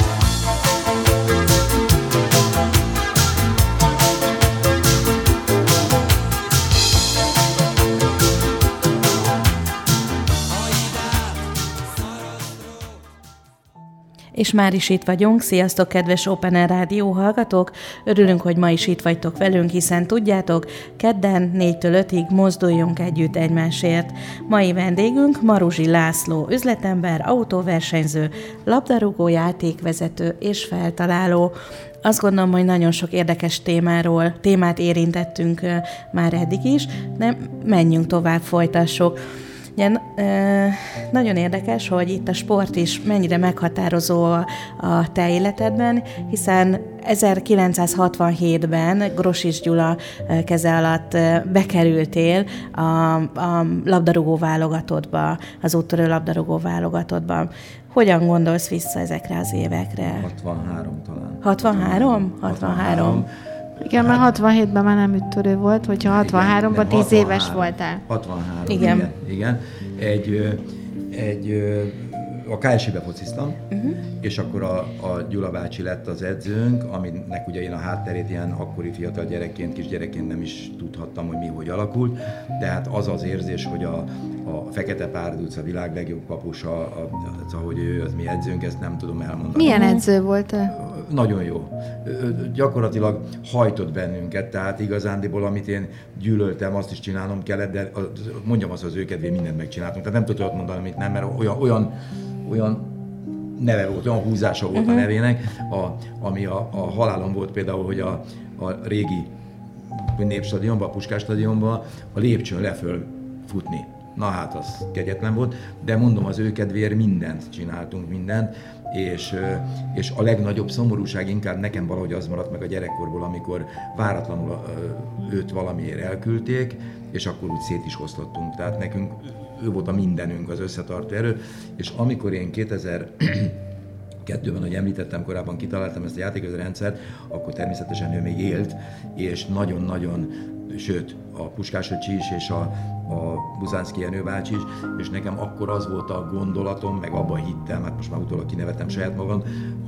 És már is itt vagyunk. Sziasztok, kedves Open Air Rádió hallgatók! Örülünk, hogy ma is itt vagytok velünk, hiszen tudjátok, kedden 4-től 5-ig mozduljunk együtt egymásért. Mai vendégünk Maruzsi László, üzletember, autóversenyző, labdarúgó, játékvezető és feltaláló. Azt gondolom, hogy nagyon sok érdekes témát érintettünk már eddig is, de menjünk tovább, folytassuk. Ugye, nagyon érdekes, hogy itt a sport is mennyire meghatározó a te életedben, hiszen 1967-ben Grosics Gyula keze alatt bekerültél a labdarúgó válogatottba, az úttörő labdarúgó válogatottba. Hogyan gondolsz vissza ezekre az évekre? 63 talán. 63? 63. Igen, mert 67-ben már nem úttörő volt, hogyha 63-ban 10 éves voltál. 63, Igen. igen. A KSI-be fociztam, és akkor a Gyula bácsi lett az edzőnk, aminek ugye én a hátterét ilyen akkori fiatal gyerekként, kisgyerekként nem is tudhattam, hogy mi hogy alakult, de hát az az érzés, hogy a Fekete Párd utca világ legjobb kapusa, hogy ő az mi edzőnk, ezt nem tudom elmondani. Milyen edző volt? Nagyon jó. Gyakorlatilag hajtott bennünket, tehát igazándiból, amit én gyűlöltem, azt is csinálnom kellett, de mondjam azt, az ő kedvé mindent megcsináltunk. Tehát nem tudod mondani, amit nem, mert olyan neve volt, olyan húzása volt a nevének, ami a halálom volt például, hogy a régi Népstadionban, a Puskás stadionban a lépcsőn leföl futni. Na hát, az kegyetlen volt, de mondom, az ő kedvéért mindent csináltunk, mindent, és a legnagyobb szomorúság inkább nekem valahogy az maradt meg a gyerekkorból, amikor váratlanul őt valamiért elküldték, és akkor úgy szét is oszlottunk. Tehát nekünk ő volt a mindenünk, az összetartó erő, és amikor én 2002-ben, ahogy említettem korábban, kitaláltam ezt a játékrendszert, akkor természetesen ő még élt, és nagyon-nagyon, sőt, a Puskás öcsi is, és a Buzánszky Jenő bácsi is, és nekem akkor az volt a gondolatom, meg abban hittem, hát most már utólag kinevetem saját magam,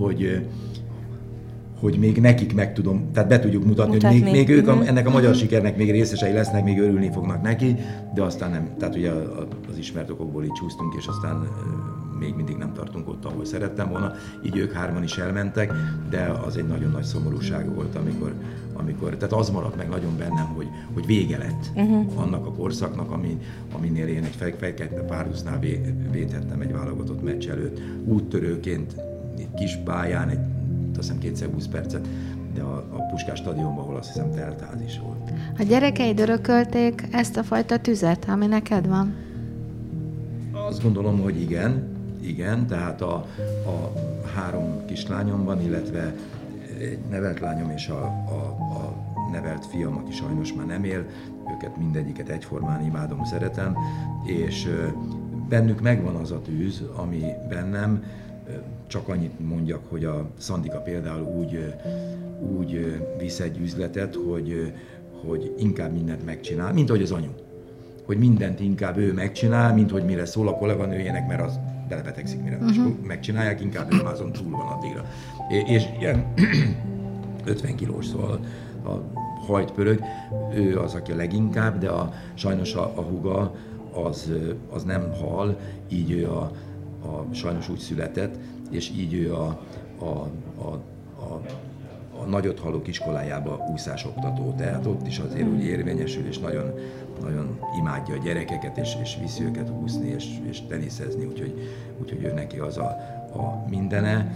hogy még nekik meg tudom, tehát be tudjuk mutatni. Hogy még ők ennek a magyar sikernek még részesei lesznek, még örülni fognak neki, de aztán nem, tehát ugye az ismert okokból így csúsztunk, és aztán még mindig nem tartunk ott, ahol szerettem volna, így ők hárman is elmentek, de az egy nagyon nagy szomorúság volt, amikor tehát az maradt meg nagyon bennem, hogy vége lett annak a korszaknak, aminél én egy fekete párhusznál védhettem egy válogatott meccs előtt, úttörőként, egy kis pályán, azt hiszem 220 percet, de a Puskás stadionban, ahol azt hiszem teltház is volt. A gyerekeid örökölték ezt a fajta tüzet, ami neked van? Azt gondolom, hogy igen, tehát a 3 kislányom van, illetve egy nevelt lányom és a nevelt fiam, aki sajnos már nem él, őket mindegyiket egyformán imádom, szeretem, és bennük megvan az a tűz, ami bennem, csak annyit mondjak, hogy a Szandika például úgy visz egy üzletet, hogy inkább mindent megcsinál, mint ahogy az anyu. Hogy mindent inkább ő megcsinál, mint hogy mire szól a kolléganőjének, mert az belebetegszik, mire megcsinálják, inkább ő már azon túl van addigra. És ilyen 50 kilós, szóval a hajt pörög, ő az, aki a leginkább, de sajnos a húga az nem hal, így ő sajnos úgy született, és így ő a nagyotthallók iskolájába úszásoktató, tehát ott is azért úgy érvényesül, és nagyon, nagyon imádja a gyerekeket, és viszi őket úszni, és teniszezni, úgyhogy ő neki az a mindene.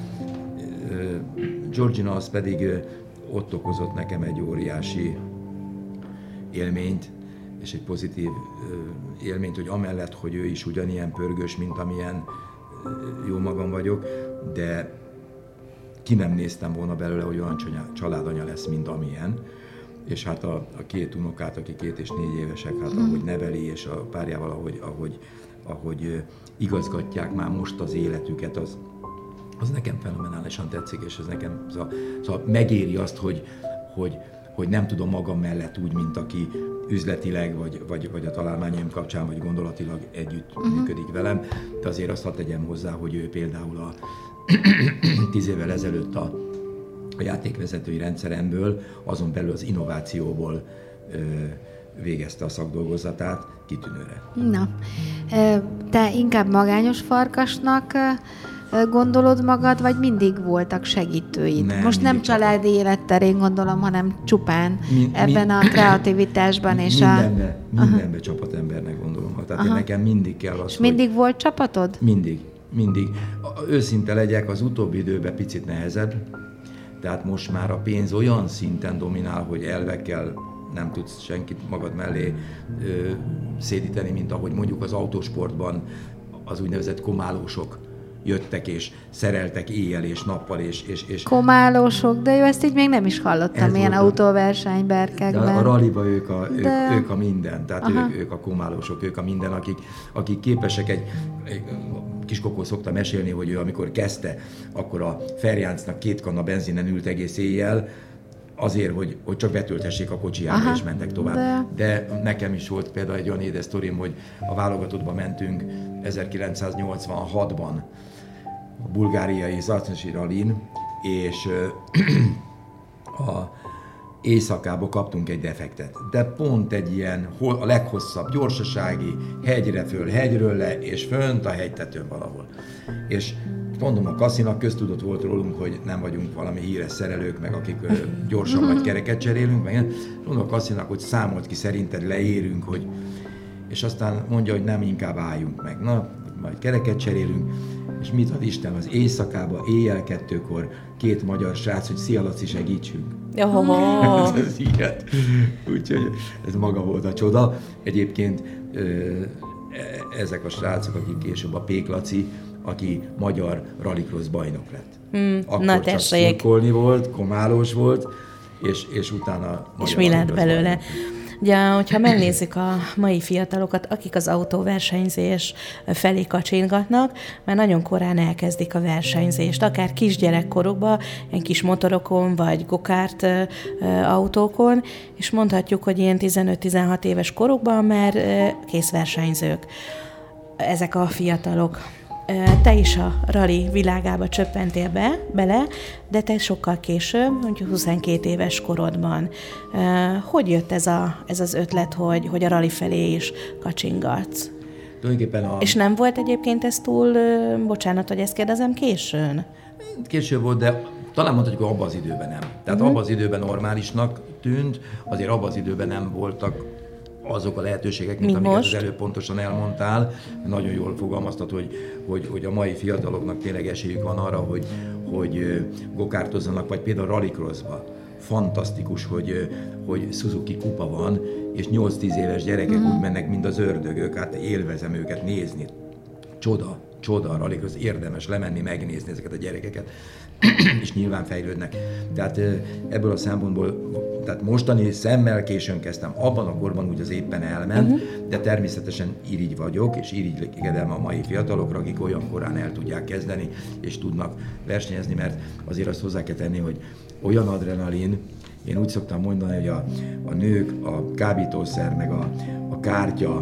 Georgina az pedig ott okozott nekem egy óriási élményt, és egy pozitív élményt, hogy amellett, hogy ő is ugyanilyen pörgős, mint amilyen jó magam vagyok, de ki nem néztem volna belőle, hogy olyan családanya lesz, mint amilyen. És hát a 2 unokát, aki 2 és 4 évesek, hát ahogy neveli, és a párjával, ahogy igazgatják már most az életüket, az nekem fenomenálisan tetszik, és ez nekem szóval megéri azt, hogy nem tudom magam mellett úgy, mint aki üzletileg, vagy a találmányaim kapcsán, vagy gondolatilag együtt működik velem, de azért azt hadd tegyem hozzá, hogy ő például 10 évvel ezelőtt a játékvezetői rendszeremből, azon belül az innovációból végezte a szakdolgozatát kitűnőre. Na, te inkább magányos farkasnak gondolod magad, vagy mindig voltak segítőid? Most nem családi életterén gondolom, hanem csupán ebben a kreativitásban és mindenbe csapatembernek gondolom. Tehát nekem mindig kell az, és mindig volt csapatod? Mindig. Őszinte legyek, az utóbbi időben picit nehezebb, tehát most már a pénz olyan szinten dominál, hogy elvekkel nem tudsz senkit magad mellé szédíteni, mint ahogy mondjuk az autósportban az úgynevezett komálósok jöttek és szereltek éjjel és nappal és... Komálósok, de jó, ezt így még nem is hallottam ilyen autóversenyberkekben. De a ralliba ők a minden, tehát ők a komálósok, ők a minden, akik képesek egy Kiskokó szokta mesélni, hogy ő amikor kezdte, akkor a Ferjáncnak 2 kanna benzinen ült egész éjjel, azért, hogy csak betölthessék a kocsijába, és mentek tovább. De nekem is volt például egy olyan édes sztorim, hogy a válogatottba mentünk 1986-ban a bulgáriai Zacnyasi rallin, és a éjszakába kaptunk egy defektet. De pont egy ilyen, a leghosszabb gyorsasági, hegyre föl, hegyről le, és fönt a hegytetőn valahol. És mondom, a Kasszinak köztudott volt rólunk, hogy nem vagyunk valami híres szerelők, meg akik gyorsan vagy kereket cserélünk, meg mondom a Kasszinak, hogy számolt ki, szerinted leérünk, hogy... És aztán mondja, hogy nem, inkább álljunk meg. Na, majd kereket cserélünk, és mit ad Isten, az éjszakába, éjjel 2-kor 2 magyar srác, hogy szia Laci, segítsünk. Ez ilyet. Úgyhogy ez maga volt a csoda. Egyébként ezek a srácok, akik később a Pék Laci, aki magyar rallycross bajnok lett. Akkor csak szurkolni volt, komálós volt, és utána... És mi lett belőle? Ugye, hogyha megnézzük a mai fiatalokat, akik az autóversenyzés felé kacsingatnak, már nagyon korán elkezdik a versenyzést, akár kisgyerekkorukban, ilyen kis motorokon, vagy gokárt autókon, és mondhatjuk, hogy ilyen 15-16 éves korukban már készversenyzők ezek a fiatalok. Te is a rali világába csöppentél bele, de te sokkal később, mondjuk 22 éves korodban. Hogy jött ez az ötlet, hogy a rali felé is kacsingatsz? És nem volt egyébként ez túl, bocsánat, hogy ezt kérdezem, későn? Később volt, de talán mondhatjuk, hogy abban az időben nem. Tehát abban az időben normálisnak tűnt, azért abban az időben nem voltak azok a lehetőségek, mint amiket az előbb pontosan elmondtál. Nagyon jól fogalmaztad, hogy a mai fiataloknak tényleg esélyük van arra, hogy gokártozzanak, vagy például rallycrossba. Fantasztikus, hogy Suzuki kupa van, és 8-10 éves gyerekek úgy mennek, mint az ördögök, hát élvezem őket nézni. Csoda a rallycross, érdemes lemenni, megnézni ezeket a gyerekeket, és nyilván fejlődnek. Tehát ebből a szempontból, tehát mostani szemmel későn kezdtem, abban a korban úgy az éppen elment, de természetesen irigy vagyok, és irigykedem a mai fiatalokra, akik olyan korán el tudják kezdeni, és tudnak versenyezni, mert azért azt hozzá kell tenni, hogy olyan adrenalin, én úgy szoktam mondani, hogy a nők, a kábítószer, meg a kártya,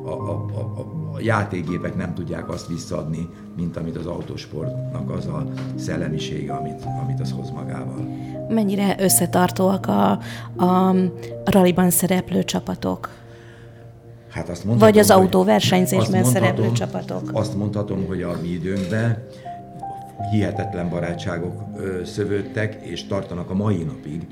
a játékgépek nem tudják azt visszaadni, mint amit az autósportnak az a szellemisége, amit az hoz magával. Mennyire összetartóak a rallyban szereplő csapatok? Hát azt mondhatom, vagy az autóversenyzésben szereplő csapatok? Azt mondhatom, hogy a mi időnkben hihetetlen barátságok szövődtek, és tartanak a mai napig,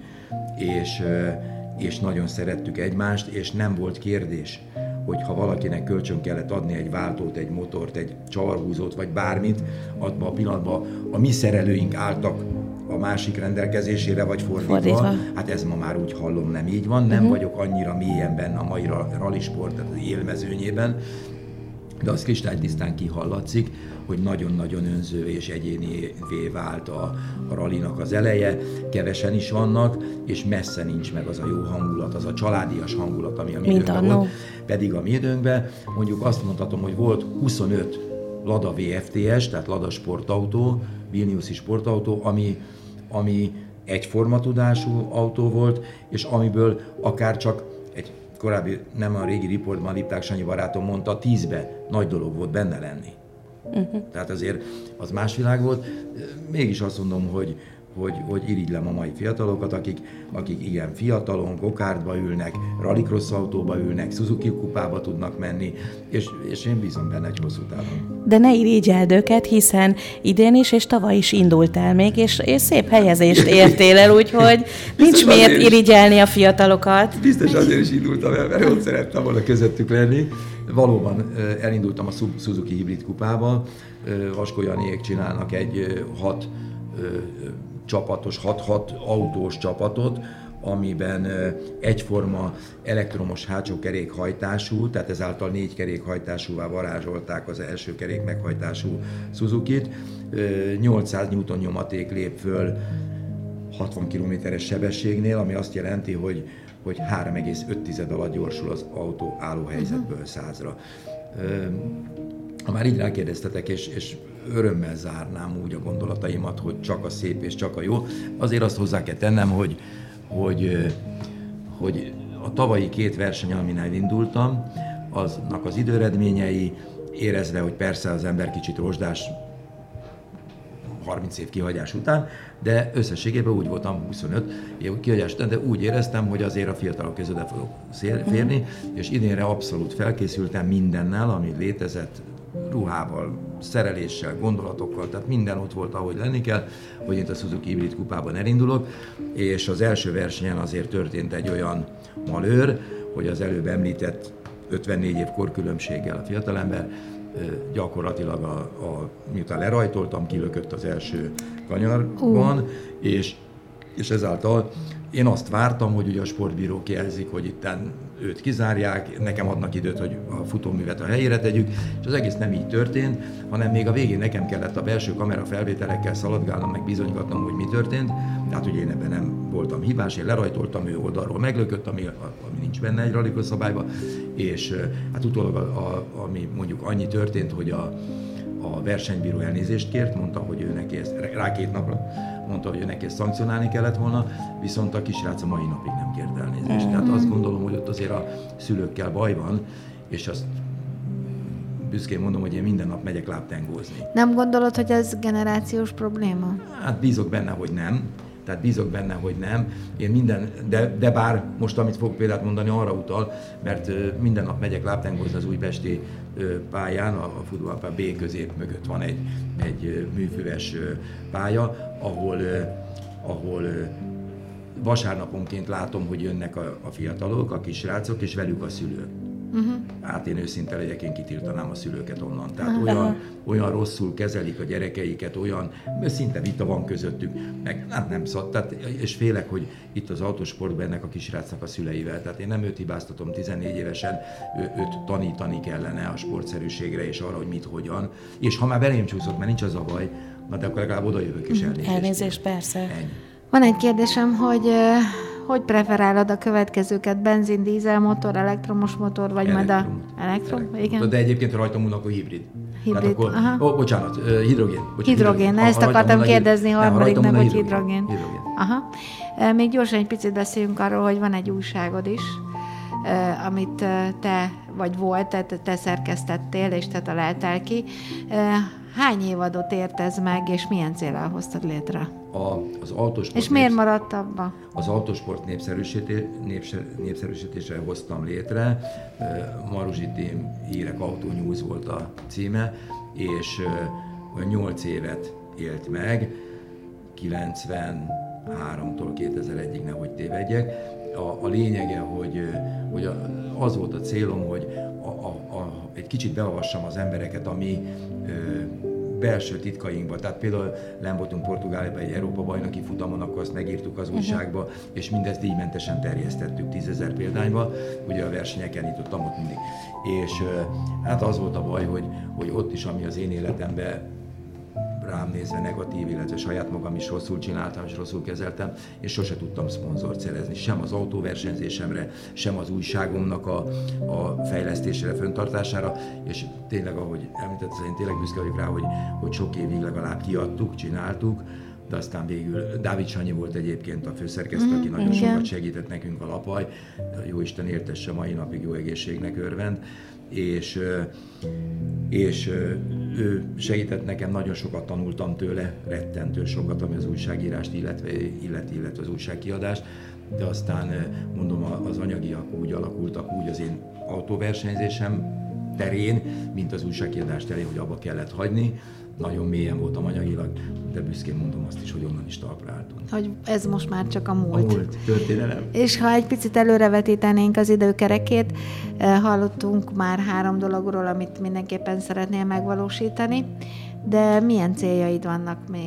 és nagyon szerettük egymást, és nem volt kérdés, hogy ha valakinek kölcsön kellett adni egy váltót, egy motort, egy csavarhúzót, vagy bármit, abban a pillanatban a mi szerelőink álltak a másik rendelkezésére, vagy fordítva. Hát ez ma már úgy hallom, nem így van, nem vagyok annyira mélyen benne a mai rallisport élmezőnyében, de az kristálytisztán kihallatszik, hogy nagyon-nagyon önző és egyénivé vált a rallinak az eleje, kevesen is vannak, és messze nincs meg az a jó hangulat, az a családias hangulat, ami a mi időnkben volt. Pedig a mi időnkben mondjuk azt mondhatom, hogy volt 25 Lada VFTS, tehát Lada sportautó, Vilniuszi sportautó, ami egyforma tudású autó volt, és amiből akár csak egy korábbi, nem a régi riportban, Lipták Sanyi barátom mondta, 10-be nagy dolog volt benne lenni. Tehát azért az más világ volt. Mégis azt mondom, hogy irigylem a mai fiatalokat, akik igen fiatalon, gokártba ülnek, rallycross autóba ülnek, Suzuki kupába tudnak menni, és én bízom benne egy hosszú távon. De ne irigyeld őket, hiszen idén is és tavaly is indultál még, és szép helyezést értél el, úgyhogy nincs miért irigyelni a fiatalokat. Biztos azért is indultam el, mert ott szerettem volna közöttük lenni. Valóban elindultam a Suzuki hibrid kupába, Vaskó Janiék csinálnak egy 6 csapatos, 6 autós csapatot, amiben egyforma elektromos hátsó kerékhajtású, tehát ezáltal 4 kerékhajtásúvá varázsolták az első kerék meghajtású Suzukit. 800 Newton nyomaték lép föl 60 km-es sebességnél, ami azt jelenti, hogy 3,5 alatt gyorsul az autó állóhelyzetből 100-ra. Ha már így rákérdeztetek, és örömmel zárnám úgy a gondolataimat, hogy csak a szép és csak a jó, azért azt hozzá kell tennem, hogy a tavalyi 2 verseny, amin elindultam, aznak az időeredményei, érezve, hogy persze az ember kicsit rozsdás 30 év kihagyás után, de összességében úgy voltam 25 év kihagyás után, de úgy éreztem, hogy azért a fiatalok között el fogok férni, és idénre abszolút felkészültem mindennel, ami létezett, ruhával, szereléssel, gondolatokkal, tehát minden ott volt, ahogy lenni kell, hogy itt a Suzuki hibrid kupában elindulok, és az első versenyen azért történt egy olyan malőr, hogy az előbb említett 54 év korkülönbséggel a fiatalember gyakorlatilag miután lerajtoltam, kilökött az első kanyarban, és ezáltal én azt vártam, hogy ugye a sportbírók jelzik, hogy itten őt kizárják, nekem adnak időt, hogy a futóművet a helyére tegyük, és az egész nem így történt, hanem még a végén nekem kellett a belső kamera felvételekkel szaladgálnom, meg bizonygatnom, hogy mi történt. Tehát ugye én ebben nem voltam hibás, én lerajtoltam, ő oldalról meglökött, ami nincs benne egy rallycross szabályban, és hát utólag ami mondjuk annyi történt, hogy a versenybíró elnézést kért, mondta, hogy ő neki ezt, rá 2 napra mondta, hogy ő neki ezt szankcionálni kellett volna, viszont a kisrác a mai napig nem kért elnézést. Tehát azt gondolom, hogy ott azért a szülőkkel baj van, és azt büszkén mondom, hogy én minden nap megyek lábtengózni. Nem gondolod, hogy ez generációs probléma? Hát bízok benne, hogy nem. Tehát bízok benne, hogy nem. Én de bár most, amit fogok példát mondani, arra utal, mert minden nap megyek lábtengózni az újpesti pályán, a futballpálya B közép mögött van egy műfüves pálya, ahol vasárnaponként látom, hogy jönnek a fiatalok, a kisrácok, és velük a szülők. Hát én őszinte legyek, én kitiltanám a szülőket onnan. Tehát olyan rosszul kezelik a gyerekeiket, olyan szinte vita van közöttük, meg hát nem szad. Tehát, és félek, hogy itt az autósportban ennek a kisrácnak a szüleivel. Tehát én nem őt hibáztatom 14 évesen, őt tanítani kellene a sportszerűségre és arra, hogy mit, hogyan. És ha már belém csúszott, mert nincs az a baj, na de akkor legalább oda jövök és elnézést. Elnézést, persze. Ennyi. Van egy kérdésem, hogy preferálod a következőket? Benzin, dízelmotor, elektromos motor, vagy majd a... Elektrom? Igen. De egyébként rajtam múlnak a hibrid. Hibrid, bocsánat, hidrogén. Hidrogén, ezt akartam kérdezni harmadiknak, hogy hidrogén. Hidrogén. Aha. Még gyorsan egy picit beszéljünk arról, hogy van egy újságod is, amit te, vagy volt, te szerkesztettél, és te találtál ki. Hány évadot ért ez meg, és milyen céllal hoztad létre? Az autósport és miért maradt abba? Az autósport népszerűsítésre hoztam létre. Maruzsi Team Hírek Auto News volt a címe, és 8 évet élt meg, 93-tól 2001-ig, nehogy tévedjek. A lényege, hogy az volt a célom, hogy egy kicsit beavassam az embereket, ami belső titkainkba. Tehát például nem voltunk Portugáliában egy Európa-bajnoki futamon, akkor azt megírtuk az újságba, és mindezt díjmentesen terjesztettük 10 000 példányba, ugye a versenyeken nyitottam ott mindig. És hát az volt a baj, hogy ott is, ami az én életemben rám nézve negatív, illetve saját magam is rosszul csináltam és rosszul kezeltem, és sose tudtam szponzort szerezni, sem az autóversenyzésemre, sem az újságomnak a fejlesztésére, fenntartására, és tényleg, ahogy említettem, én tényleg büszke vagyok rá, hogy sok évig legalább kiadtuk, csináltuk, de aztán végül Dávid Sanyi volt egyébként a főszerkesztő, aki nagyon sokat segített nekünk a Lapaj, jóisten éltesse, mai napig jó egészségnek örvend, és ő segített nekem, nagyon sokat tanultam tőle, rettentő sokat, ami az újságírást illetve az újságkiadást, de aztán mondom, az anyagiak úgy alakultak, úgy az én autóversenyzésem terén, mint az újságkiadás terén, hogy abba kellett hagyni. Nagyon mélyen voltam anyagilag, de büszkén mondom azt is, hogy onnan is talpra álltunk. Hogy ez most már csak a múlt. A múlt, történelem. És ha egy picit előrevetítenénk az időkerekét, hallottunk már 3 dologról, amit mindenképpen szeretnél megvalósítani, de milyen céljaid vannak még?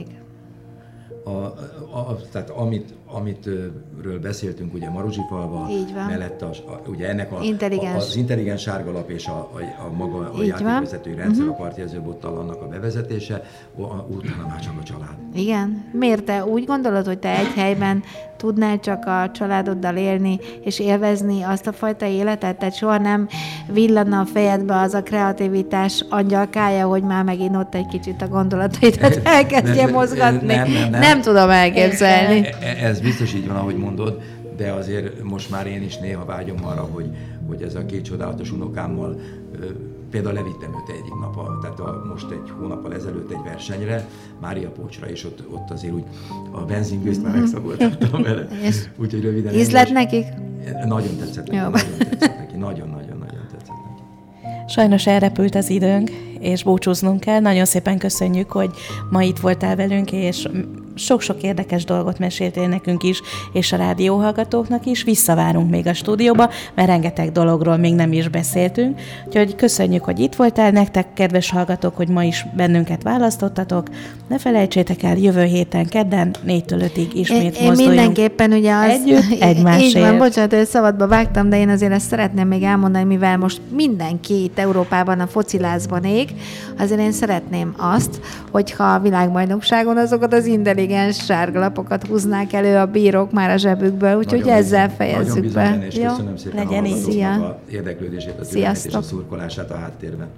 Tehát amitről beszéltünk, ugye Maruzsifalva, mellett ugye ennek az intelligens sárgalap és a maga a játékvezetői rendszer, a partjelzőbottal, annak a bevezetése, utána már csak a család. Igen. Miért te úgy gondolod, hogy te egy helyben tudnál csak a családoddal élni és élvezni azt a fajta életet? Tehát soha nem villanna a fejedbe az a kreativitás angyalkája, hogy már megint ott egy kicsit a gondolataidat elkezdje mozgatni? Nem tudom elképzelni. Ez biztos így van, ahogy mondod, de azért most már én is néha vágyom arra, hogy ez a 2 csodálatos unokámmal, például levittem őt egyik nap, tehát most egy hónappal ezelőtt egy versenyre, Mária Pócsra, és ott azért úgy a benzingőzt már megszagoltattam vele. Úgyhogy röviden. Ízlet nekik? Nagyon tetszett neki, nagyon-nagyon tetszett neki. Sajnos elrepült az időnk, és búcsúznunk kell. Nagyon szépen köszönjük, hogy ma itt voltál velünk, és sok-sok érdekes dolgot meséltél nekünk is, és a rádióhallgatóknak is. Visszavárunk még a stúdióba, mert rengeteg dologról még nem is beszéltünk. Úgyhogy köszönjük, hogy itt voltál nektek, kedves hallgatók, hogy ma is bennünket választottatok. Ne felejtsétek el, jövő héten kedden 4-től 5-ig ismét mozduljunk. Én mindenképpen ugye az... Együtt, egymásért. Így van, bocsánat, hogy szabadba vágtam, de én azért ezt szeretném még elmondani, mivel most mindenki itt Európában a focilázban ég, azért én szeretném azt, hogyha a világbajnokságon azokat az intelligens sárgalapokat húznák elő a bírók már a zsebükből, úgyhogy ezzel fejezzük be. Nagyon és köszönöm szépen legyen a hallgatóknak így. a érdeklődését, a türelmét és a szurkolását a háttérben.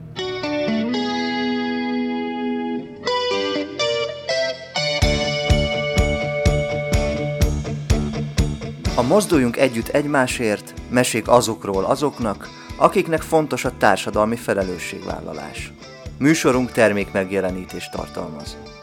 A Mozduljunk együtt egymásért, mesék azokról azoknak, akiknek fontos a társadalmi felelősségvállalás. Műsorunk termékmegjelenítést tartalmaz.